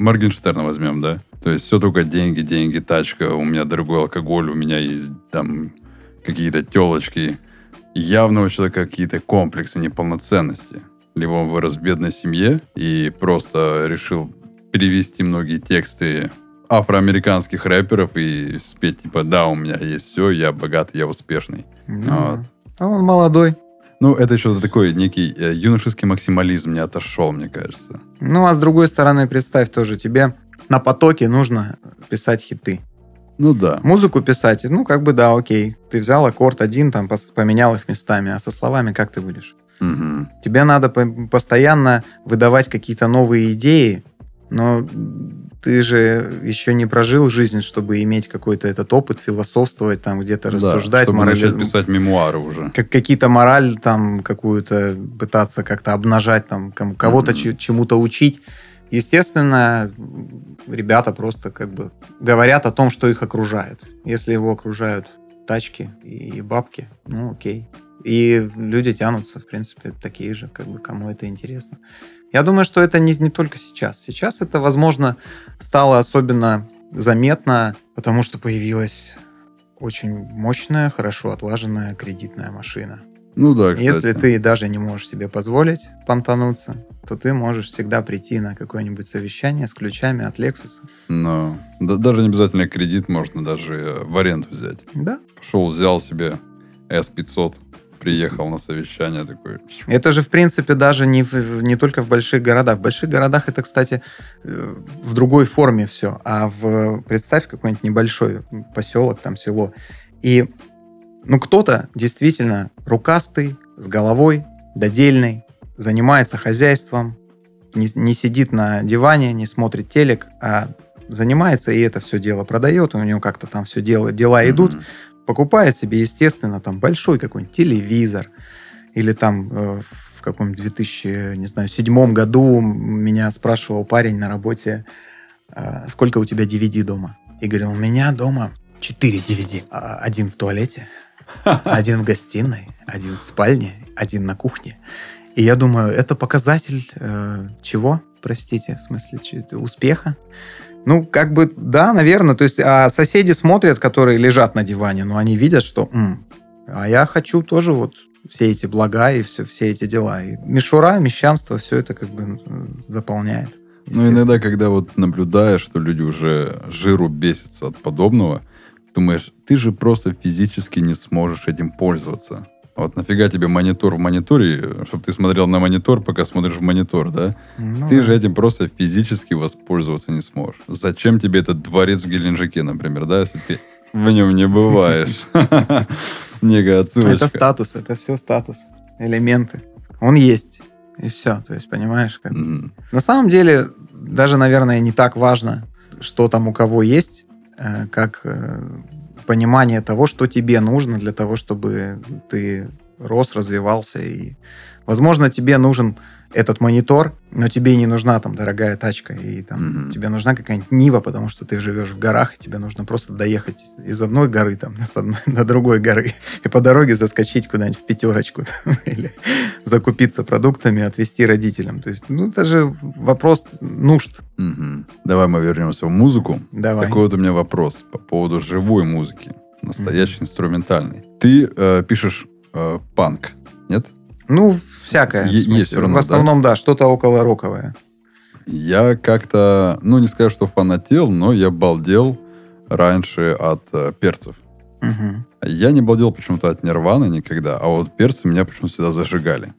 Моргенштерна возьмем, да? То есть все только деньги, деньги, тачка, у меня дорогой алкоголь, у меня есть там какие-то телочки. Явно у человека какие-то комплексы неполноценности. Либо он вырос в бедной семье и просто решил перевести многие тексты афроамериканских рэперов и спеть, типа, да, у меня есть все, я богатый, я успешный. Ну, Вот. а он молодой. Ну, это еще такой некий э, юношеский максимализм не отошел, мне кажется. Ну, а с другой стороны, представь тоже, тебе на потоке нужно писать хиты. Ну да. Музыку писать, ну, как бы, да, окей. Ты взял аккорд один, там, пос- поменял их местами, а со словами как ты будешь? Мгм. Тебе надо по- постоянно выдавать какие-то новые идеи, но ты же еще не прожил жизнь, чтобы иметь какой-то этот опыт, философствовать, там, где-то Да, рассуждать, чтобы морали- начать писать мемуары уже. как какие-то мораль там какую-то пытаться как-то обнажать, там, кому- кого-то Мгм. че- чему-то учить. Естественно, ребята просто как бы говорят о том, что их окружает. Если его окружают тачки и бабки, ну окей. И люди тянутся, в принципе, такие же, как бы кому это интересно. Я думаю, что это не, не только сейчас. Сейчас это, возможно, стало особенно заметно, потому что появилась очень мощная, хорошо отлаженная кредитная машина. Ну да, кстати. Если ты даже не можешь себе позволить понтануться, то ты можешь всегда прийти на какое-нибудь совещание с ключами от Lexus. Но да- даже не обязательно кредит, можно даже э, в аренду взять. Да. Пошел, взял себе эс пятьсот, приехал на совещание такой. Это же, в принципе, даже не, в- не только в больших городах. В больших городах это, кстати, э, в другой форме все. А в, представь, какой-нибудь небольшой поселок, там, село. И ну, кто-то действительно рукастый, с головой, додельный, занимается хозяйством, не, не сидит на диване, не смотрит телек, а занимается и это все дело продает, у него как-то там все дело, дела идут, Мгм. покупает себе, естественно, там большой какой-нибудь телевизор, или там э, в каком-нибудь две тысячи седьмом году меня спрашивал парень на работе, э, сколько у тебя ди ви ди дома? И говорил, у меня дома четыре ди ви ди. А, Один в туалете, один в гостиной, один в спальне, один на кухне. И я думаю, это показатель э, чего? Простите, в смысле, че- успеха? Ну, как бы, да, наверное. То есть, а соседи смотрят, которые лежат на диване, но они видят, что «М, а я хочу тоже вот все эти блага и все, все эти дела». И мишура, мещанство, все это как бы э, заполняет. Ну, иногда, когда вот наблюдаешь, что люди уже жиру бесятся от подобного, думаешь, ты же просто физически не сможешь этим пользоваться. Вот нафига тебе монитор в мониторе, чтобы ты смотрел на монитор, пока смотришь в монитор, да? Ну, Ты да. же этим просто физически воспользоваться не сможешь. Зачем тебе этот дворец в Геленджике, например, да, если ты в нем не бываешь? Некая отсылочка. Это статус, это все статус, элементы. Он есть, и все. То есть, понимаешь, как... Мгм. На самом деле, даже, наверное, не так важно, что там у кого есть, э, как э, понимание того, что тебе нужно для того, чтобы ты рос, развивался. И, возможно, тебе нужен этот монитор, но тебе не нужна там дорогая тачка, и там Мгм. тебе нужна какая-нибудь Нива, потому что ты живешь в горах, и тебе нужно просто доехать из одной горы там, с одной до другой горы, и по дороге заскочить куда-нибудь в пятерочку там, или закупиться продуктами, отвезти родителям. То есть, ну, это же вопрос нужд. Мгм. Давай мы вернемся в музыку. Давай. Такой вот у меня вопрос по поводу живой музыки, настоящей инструментальной. Ты э, пишешь э, панк, нет? Ну, всякое. Е- в смысле. есть всё равно, В основном, да, что-то около роковое. Я как-то, ну не скажу, что фанател, но я балдел раньше от э, перцев. Мгм. Я не балдел почему-то от Нирваны никогда, а вот перцы меня почему-то всегда зажигали.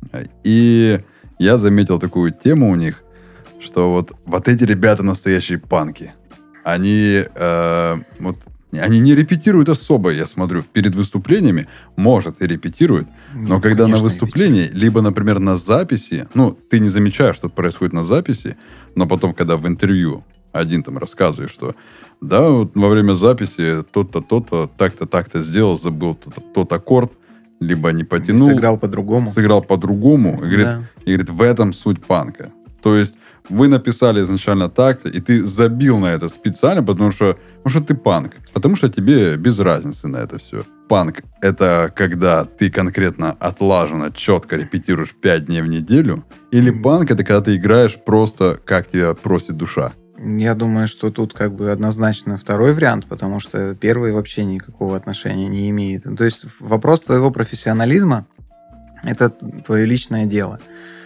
И я заметил такую тему у них, что вот, вот эти ребята настоящие панки. Они, э, вот, они не репетируют особо, я смотрю, перед выступлениями. Может, и репетируют, но Ну, когда конечно, на выступлении, либо, например, на записи, ну, ты не замечаешь, что происходит на записи, но потом, когда в интервью один там рассказывает, что да, вот во время записи тот-то, тот-то, так-то, так-то сделал, забыл тот, тот аккорд, либо не и потянул, сыграл по-другому. сыграл по-другому, и говорит, Да. и говорит, в этом суть панка. То есть вы написали изначально так, и ты забил на это специально, потому что, потому что ты панк. Потому что тебе без разницы на это все. Панк — это когда ты конкретно отлаженно, четко репетируешь пять дней в неделю? Или Мгм. панк — это когда ты играешь просто, как тебя просит душа? Я думаю, что тут как бы однозначно второй вариант, потому что первый вообще никакого отношения не имеет. То есть вопрос твоего профессионализма — это твое личное дело.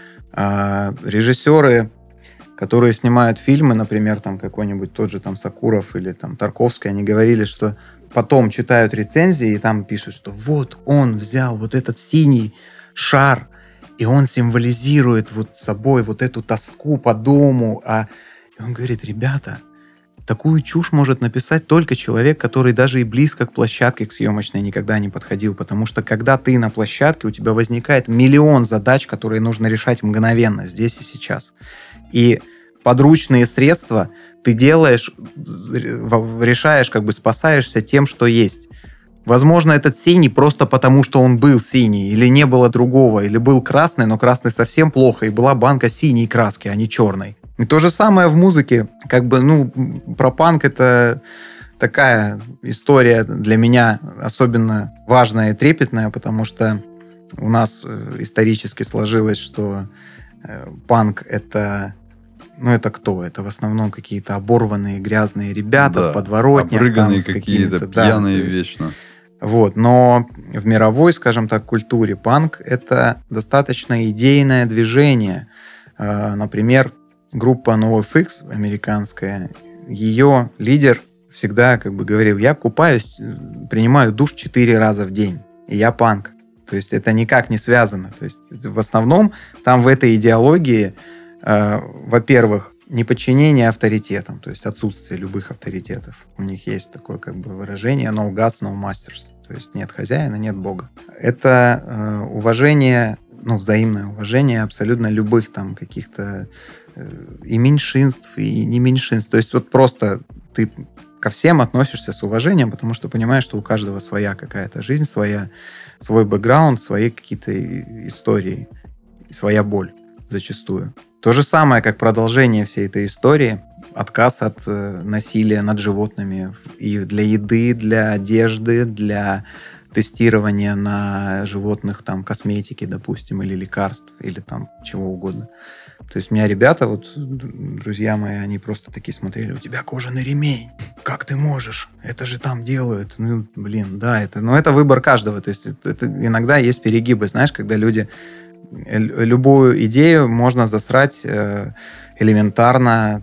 А режиссеры, которые снимают фильмы, например, там какой-нибудь тот же там Сакуров или там Тарковский, они говорили, что потом читают рецензии и там пишут, что вот он взял вот этот синий шар, и он символизирует вот собой вот эту тоску по дому. А и он говорит, ребята, такую чушь может написать только человек, который даже и близко к площадке, к съемочной никогда не подходил. Потому что когда ты на площадке, у тебя возникает миллион задач, которые нужно решать мгновенно, здесь и сейчас. И подручные средства ты делаешь, решаешь, как бы спасаешься тем, что есть. Возможно, этот синий просто потому, что он был синий, или не было другого, или был красный, но красный совсем плохо, и была банка синей краски, а не черной. И то же самое в музыке. Как бы, ну, про панк это такая история для меня особенно важная и трепетная, потому что у нас исторически сложилось, что панк это... Ну, это кто? Это в основном какие-то оборванные, грязные ребята Да, в подворотнях. обрыганные там, какие-то, да, пьяные то есть, вечно. Вот. Но в мировой, скажем так, культуре панк — это достаточно идейное движение. Например, группа NoFX американская, ее лидер всегда как бы говорил, я купаюсь, принимаю душ четыре раза в день, и я панк. То есть это никак не связано. То есть в основном там в этой идеологии, э, во-первых, неподчинение авторитетам, то есть отсутствие любых авторитетов. У них есть такое как бы выражение no gods, no masters. То есть нет хозяина, нет бога. Это э, уважение, ну, взаимное уважение абсолютно любых там каких-то и меньшинств, и не меньшинств. То есть вот просто ты ко всем относишься с уважением, потому что понимаешь, что у каждого своя какая-то жизнь, своя, свой бэкграунд, свои какие-то истории, своя боль зачастую. То же самое, как продолжение всей этой истории, отказ от э, насилия над животными и для еды, для одежды, для тестирования на животных, там, косметики, допустим, или лекарств, или там чего угодно. То есть у меня ребята, вот друзья мои, они просто такие смотрели, у тебя кожаный ремень, как ты можешь? Это же там делают. Ну, блин, да, это, но это выбор каждого. То есть это, это иногда есть перегибы, знаешь, когда люди любую идею можно засрать э, элементарно,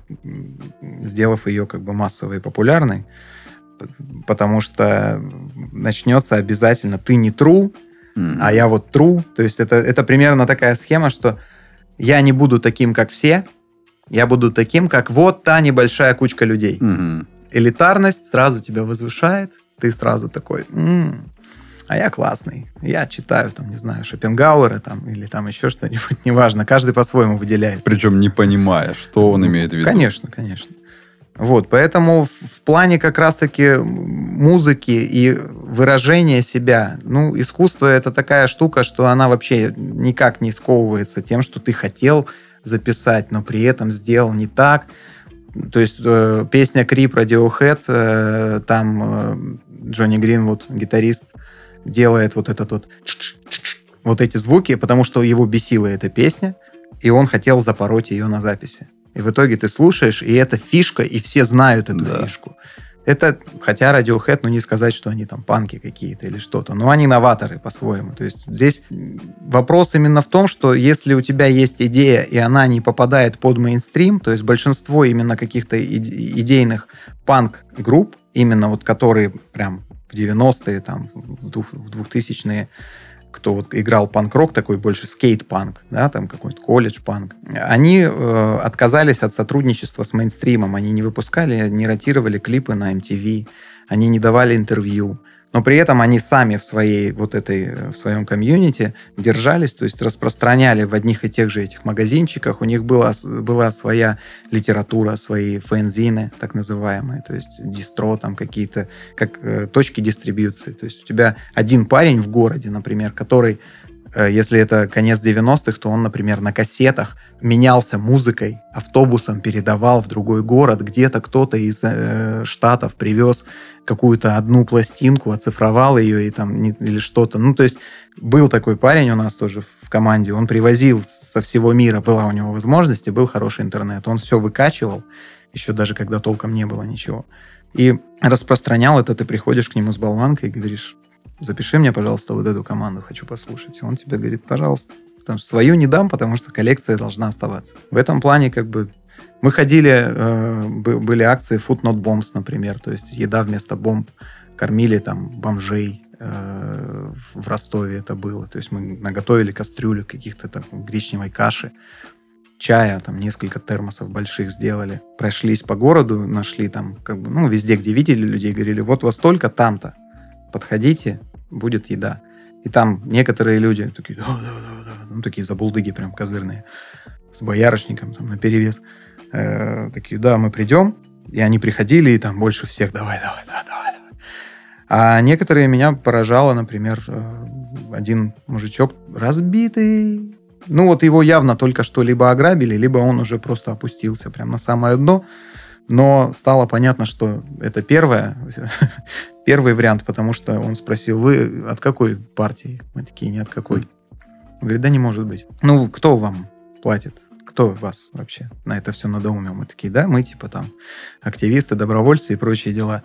сделав ее как бы массовой и популярной, потому что начнется обязательно ты не true, mm-hmm. а я вот true. То есть это, это примерно такая схема, что я не буду таким, как все, я буду таким, как вот та небольшая кучка людей. Mm-hmm. Элитарность сразу тебя возвышает, ты сразу такой, м-м, а я классный. Я читаю, там, не знаю, Шопенгауэра там, или там еще что-нибудь, неважно, каждый по-своему выделяется. Причем не понимая, что он имеет в виду. Конечно, конечно. Вот, поэтому в плане как раз-таки музыки и выражения себя, ну, искусство — это такая штука, что она вообще никак не сковывается тем, что ты хотел записать, но при этом сделал не так. То есть э, песня «Creep» Radiohead, э, там э, Джонни Гринвуд, гитарист, делает вот этот вот вот эти звуки, потому что его бесила эта песня, и он хотел запороть ее на записи. И в итоге ты слушаешь, и это фишка, и все знают эту да. фишку. Это, хотя Radiohead, ну не сказать, что они там панки какие-то или что-то, но они новаторы по-своему. То есть здесь вопрос именно в том, что если у тебя есть идея, и она не попадает под мейнстрим, то есть большинство именно каких-то идейных панк-групп, именно вот которые прям в девяностые, там, в двухтысячные, кто вот играл панк-рок, такой больше скейт-панк, да, там какой-то колледж-панк, они э, отказались от сотрудничества с мейнстримом, они не выпускали, не ротировали клипы на эм ти ви, они не давали интервью, но при этом они сами в своей вот этой, в своем комьюнити держались, то есть распространяли в одних и тех же этих магазинчиках, у них была, была своя литература, свои фэнзины, так называемые, то есть дистро, там какие-то, как э, точки дистрибьюции. То есть у тебя один парень в городе, например, который, э, если это конец девяностых, то он, например, на кассетах менялся музыкой, автобусом передавал в другой город, где-то кто-то из э, Штатов привез какую-то одну пластинку, оцифровал ее и там, не, или что-то. Ну, то есть был такой парень у нас тоже в команде, он привозил со всего мира, была у него возможность, и был хороший интернет. Он все выкачивал, еще даже когда толком не было ничего. И распространял это, ты приходишь к нему с болванкой и говоришь: запиши мне, пожалуйста, вот эту команду, хочу послушать. И он тебе говорит: пожалуйста. Потому что свою не дам, потому что коллекция должна оставаться. В этом плане как бы мы ходили, э, были акции Food Not Bombs, например, то есть еда вместо бомб. Кормили там бомжей э, в Ростове это было. То есть мы наготовили кастрюлю каких-то там гречневой каши, чая, там несколько термосов больших сделали. Прошлись по городу, нашли там как бы, ну, везде, где видели людей, говорили: вот во столько там-то, подходите, будет еда. И там некоторые люди такие: да, да, да, да. Ну, такие забулдыги прям козырные, с боярышником там наперевес. Э, такие: да, мы придем. И они приходили, и там больше всех: давай, давай, да, давай, давай. А некоторые меня поражало, например, один мужичок разбитый. Ну, вот его явно только что либо ограбили, либо он уже просто опустился прям на самое дно. Но стало понятно, что это первое, первый вариант, потому что он спросил: вы от какой партии? Мы такие: не от какой. Он говорит: да не может быть. Ну, кто вам платит? Кто вас вообще на это все надоумил? Мы такие: да, мы типа там активисты, добровольцы и прочие дела.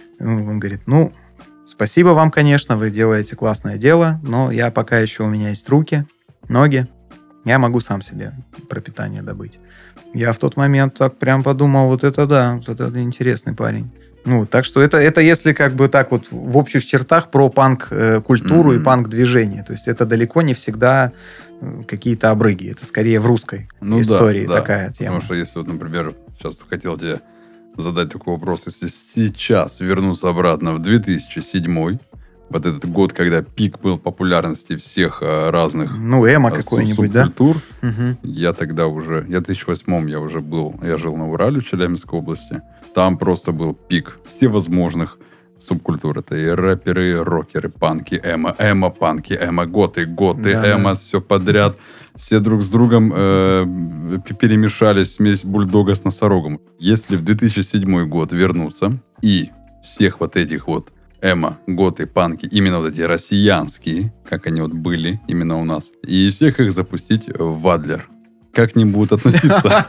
Он говорит: ну, спасибо вам, конечно, вы делаете классное дело, но я пока еще, у меня есть руки, ноги, я могу сам себе пропитание добыть. Я в тот момент так прям подумал: вот это да, вот это интересный парень. Ну, так что это, это если как бы так вот в общих чертах про панк-культуру mm-hmm. и панк-движение. То есть это далеко не всегда какие-то обрыги. Это скорее в русской ну, истории да, такая да. тема. Потому что если вот, например, сейчас хотел тебе задать такой вопрос, если сейчас вернуться обратно в две тысячи седьмой, вот этот год, когда пик был популярности всех разных ну, эмо какой-нибудь, да? Субкультур, угу. я тогда уже, я в две тысячи восьмом я уже был, я жил на Урале в Челябинской области, там просто был пик всевозможных субкультур. Это и рэперы, и рокеры, панки, эмо, эмо-панки, эмо-готы, готы, да, эмо, да. все подряд. Все друг с другом э, перемешались, смесь бульдога с носорогом. Если в две тысячи седьмой год вернуться и всех вот этих вот эмо, готы, панки, именно вот эти россиянские, как они вот были именно у нас, и всех их запустить в Адлер. Как к ним будут относиться?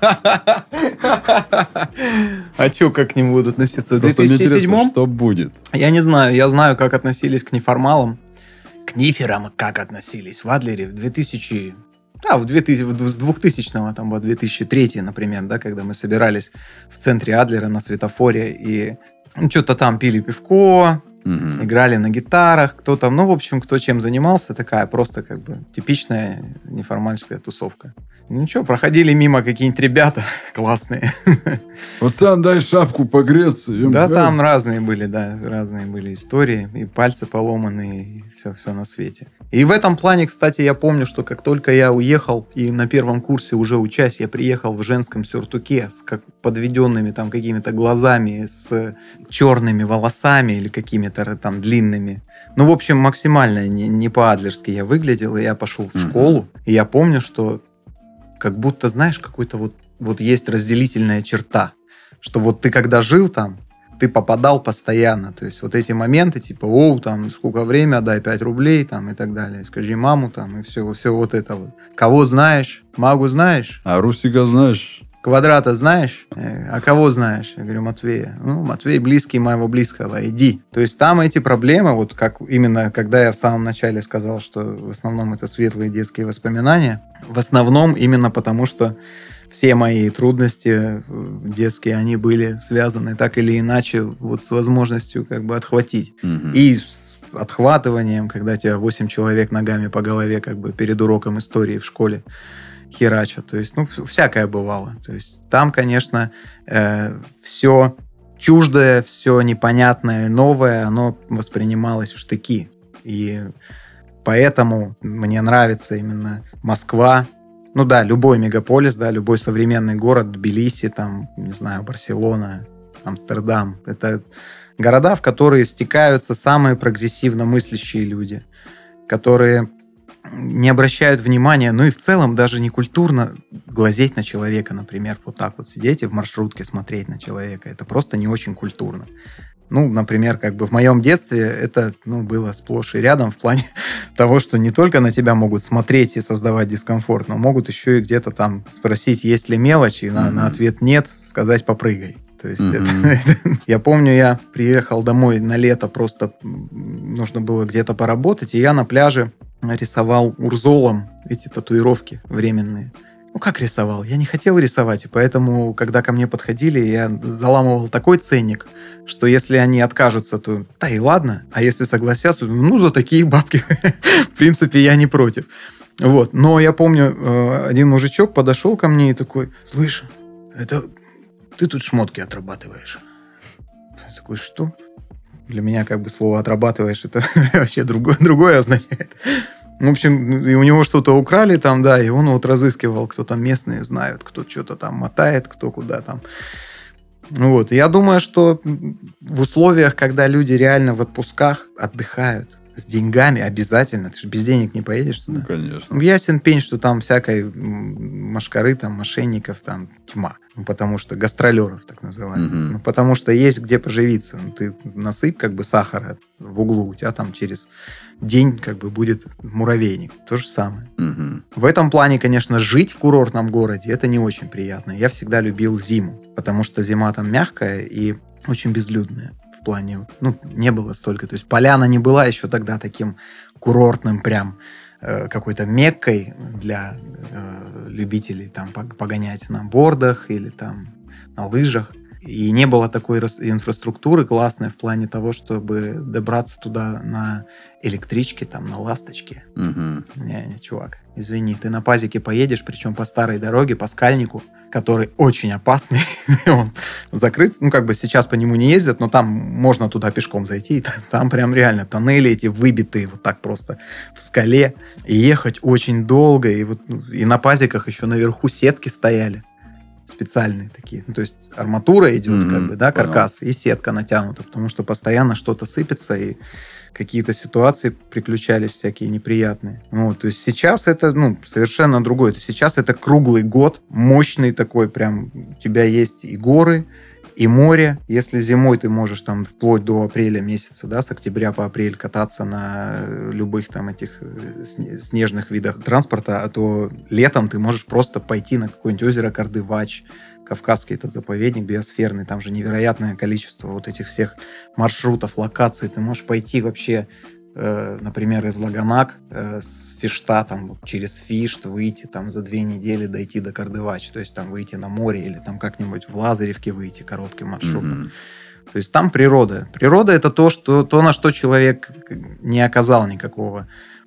А что, как к ним будут относиться? В две тысячи седьмом? Что будет? Я не знаю. Я знаю, как относились к неформалам. К ниферам как относились в Адлере в двухтысячном... Да, в две тысячи, с двухтысячного, там, вот две тысячи третий, например, да, когда мы собирались в центре Адлера на светофоре и ну, что-то там пили пивко, Mm-hmm. играли на гитарах, кто там, ну, в общем, кто чем занимался, такая просто как бы типичная неформальская тусовка. Ничего, проходили мимо какие-нибудь ребята классные. Пацан, дай шапку погреться. Да, там разные были, да, разные были истории, и пальцы поломанные, и все, все на свете. И в этом плане, кстати, я помню, что как только я уехал, и на первом курсе уже учась, я приехал в женском сюртуке с как подведенными там какими-то глазами, с черными волосами или какими-то там длинными. Ну, в общем, максимально не, не по-адлерски я выглядел, и я пошел в школу, mm-hmm. и я помню, что как будто, знаешь, какой-то вот, вот есть разделительная черта, что вот ты когда жил там, ты попадал постоянно. То есть вот эти моменты, типа, оу, там, сколько время, дай пять рублей, там, и так далее. Скажи маму, там, и все, все вот это вот. Кого знаешь? Магу знаешь? А Русика знаешь? Квадрата знаешь? А кого знаешь? Я говорю: Матвея. Ну, Матвей близкий моего близкого, иди. То есть там эти проблемы, вот как именно, когда я в самом начале сказал, что в основном это светлые детские воспоминания, в основном именно потому, что все мои трудности детские, они были связаны так или иначе вот с возможностью как бы отхватить. Mm-hmm. И с отхватыванием, когда тебя восемь человек ногами по голове как бы перед уроком истории в школе херачат. То есть, ну, всякое бывало. То есть там, конечно, э, все чуждое, все непонятное, новое, оно воспринималось в штыки. И поэтому мне нравится именно Москва. Ну да, любой мегаполис, да, любой современный город, Тбилиси, там, не знаю, Барселона, Амстердам. Это города, в которые стекаются самые прогрессивно мыслящие люди, которые не обращают внимания, ну и в целом даже не культурно глазеть на человека, например, вот так вот сидеть и в маршрутке смотреть на человека. Это просто не очень культурно. Ну, например, как бы в моем детстве это, ну, было сплошь и рядом в плане того, что не только на тебя могут смотреть и создавать дискомфорт, но могут еще и где-то там спросить, есть ли мелочь, и на, mm-hmm. на ответ нет, сказать попрыгай. То есть mm-hmm. это, это... Я помню, я приехал домой на лето, просто нужно было где-то поработать, и я на пляже рисовал урзолом эти татуировки временные. Ну, как рисовал? Я не хотел рисовать, и поэтому, когда ко мне подходили, я заламывал такой ценник, что если они откажутся, то да и ладно, а если согласятся, ну, за такие бабки, в принципе, я не против. Вот. Но я помню, один мужичок подошел ко мне и такой: слышь, это ты тут шмотки отрабатываешь. Я такой: что? Для меня как бы слово «отрабатываешь» это вообще другое, другое означает. В общем, и у него что-то украли там, да, и он вот разыскивал, кто там местные знают, кто что-то там мотает, кто куда там. Вот. И я думаю, что в условиях, когда люди реально в отпусках отдыхают с деньгами, обязательно, ты же без денег не поедешь туда. Ну, конечно. Ну, ясен пень, что там всякой машкары, там, мошенников, там, тьма. Ну, потому что гастролеров, так называемых. Mm-hmm. Ну, потому что есть где поживиться. Ну, ты насыпь как бы сахара в углу, у тебя там через день как бы будет муравейник. То же самое. Mm-hmm. В этом плане, конечно, жить в курортном городе это не очень приятно. Я всегда любил зиму, потому что зима там мягкая и очень безлюдная. В плане, ну, не было столько. То есть поляна не была еще тогда таким курортным прям э, какой-то меккой для э, любителей там погонять на бордах или там на лыжах. И не было такой инфраструктуры классной в плане того, чтобы добраться туда на электричке, там, на ласточке. Угу. Не, не, чувак, извини, ты на пазике поедешь, причем по старой дороге, по скальнику, который очень опасный. Он закрыт. Ну, как бы сейчас по нему не ездят, но там можно туда пешком зайти. И там прям реально тоннели эти выбитые вот так просто в скале. И ехать очень долго. И, вот, и на пазиках еще наверху сетки стояли. Специальные такие. Ну, то есть арматура идет, mm-hmm, как бы, да, каркас, понял. И сетка натянута, потому что постоянно что-то сыпется, и какие-то ситуации приключались всякие неприятные. Вот, то есть сейчас это, ну, совершенно другое. То есть сейчас это круглый год, мощный такой, прям у тебя есть и горы, и море. Если зимой ты можешь там вплоть до апреля месяца, да, с октября по апрель кататься на любых там этих снежных видах транспорта, то летом ты можешь просто пойти на какое-нибудь озеро Кардывач, Кавказский это заповедник биосферный, там же невероятное количество вот этих всех маршрутов, локаций. Ты можешь пойти вообще, э, например, из Лаганак э, с Фишта, там, вот, через Фишт выйти, там, за две недели дойти до Кардывач, то есть там выйти на море или там как-нибудь в Лазаревке выйти коротким маршрутом. Mm-hmm. То есть там природа. Природа — это то, что, то, на что человек не оказал никакого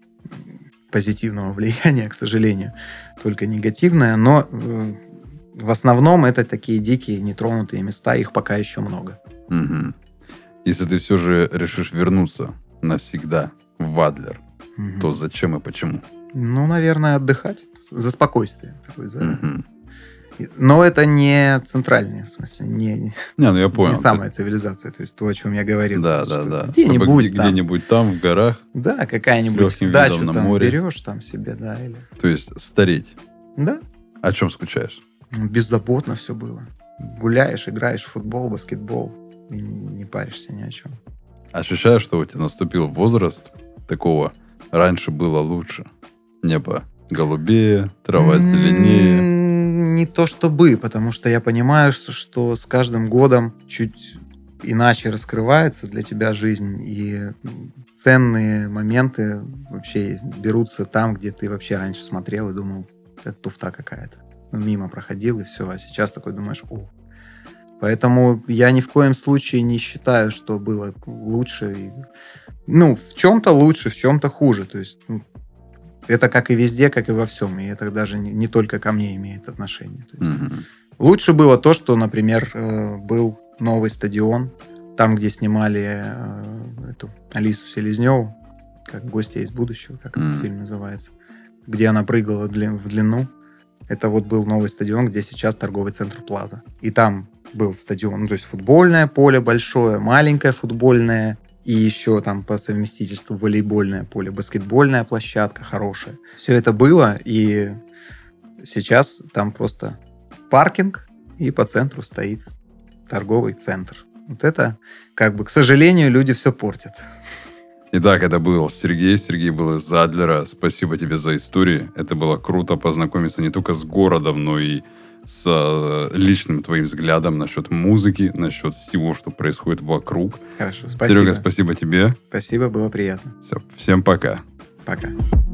позитивного влияния, к сожалению, только негативное, но э, в основном это такие дикие, нетронутые места, их пока еще много. Угу. Если ты все же решишь вернуться навсегда в Адлер, угу. то зачем и почему? Ну, наверное, отдыхать. За спокойствие. Такой, за... угу. Но это не центральное, в смысле, не, не, ну я понял, не самая ты... цивилизация, то есть то, о чем я говорил. Да, да, да. Где-нибудь где, там. Где-нибудь там, в горах. Да, какая-нибудь дачу там море. Берешь там себе, да. Или... То есть стареть. Да. О чем скучаешь? Беззаботно все было. Гуляешь, играешь в футбол, баскетбол, и не паришься ни о чем. Ощущаешь, что у тебя наступил возраст такого, раньше было лучше? Небо голубее, трава зеленее. Не то чтобы, потому что я понимаю, что, что с каждым годом чуть иначе раскрывается для тебя жизнь, и ценные моменты вообще берутся там, где ты вообще раньше смотрел и думал, это туфта какая-то. Мимо проходил, и все. А сейчас такой думаешь, о. Поэтому я ни в коем случае не считаю, что было лучше. Ну, в чем-то лучше, в чем-то хуже. То есть, ну, это как и везде, как и во всем. И это даже не, не только ко мне имеет отношение. То есть, mm-hmm. Лучше было то, что, например, был новый стадион, там, где снимали эту Алису Селезневу, как «Гостья из будущего», как mm-hmm. этот фильм называется, где она прыгала в длину. Это вот был новый стадион, где сейчас торговый центр Плаза. И там был стадион, ну, то есть футбольное поле большое, маленькое футбольное, и еще там по совместительству волейбольное поле, баскетбольная площадка хорошая. Все это было, и сейчас там просто паркинг, и по центру стоит торговый центр. Вот это, как бы, к сожалению, люди все портят. Итак, это был Сергей. Сергей был из Адлера. Спасибо тебе за истории. Это было круто познакомиться не только с городом, но и с э, личным твоим взглядом насчет музыки, насчет всего, что происходит вокруг. Хорошо, спасибо. Серега, спасибо тебе. Спасибо, было приятно. Все, всем пока. Пока.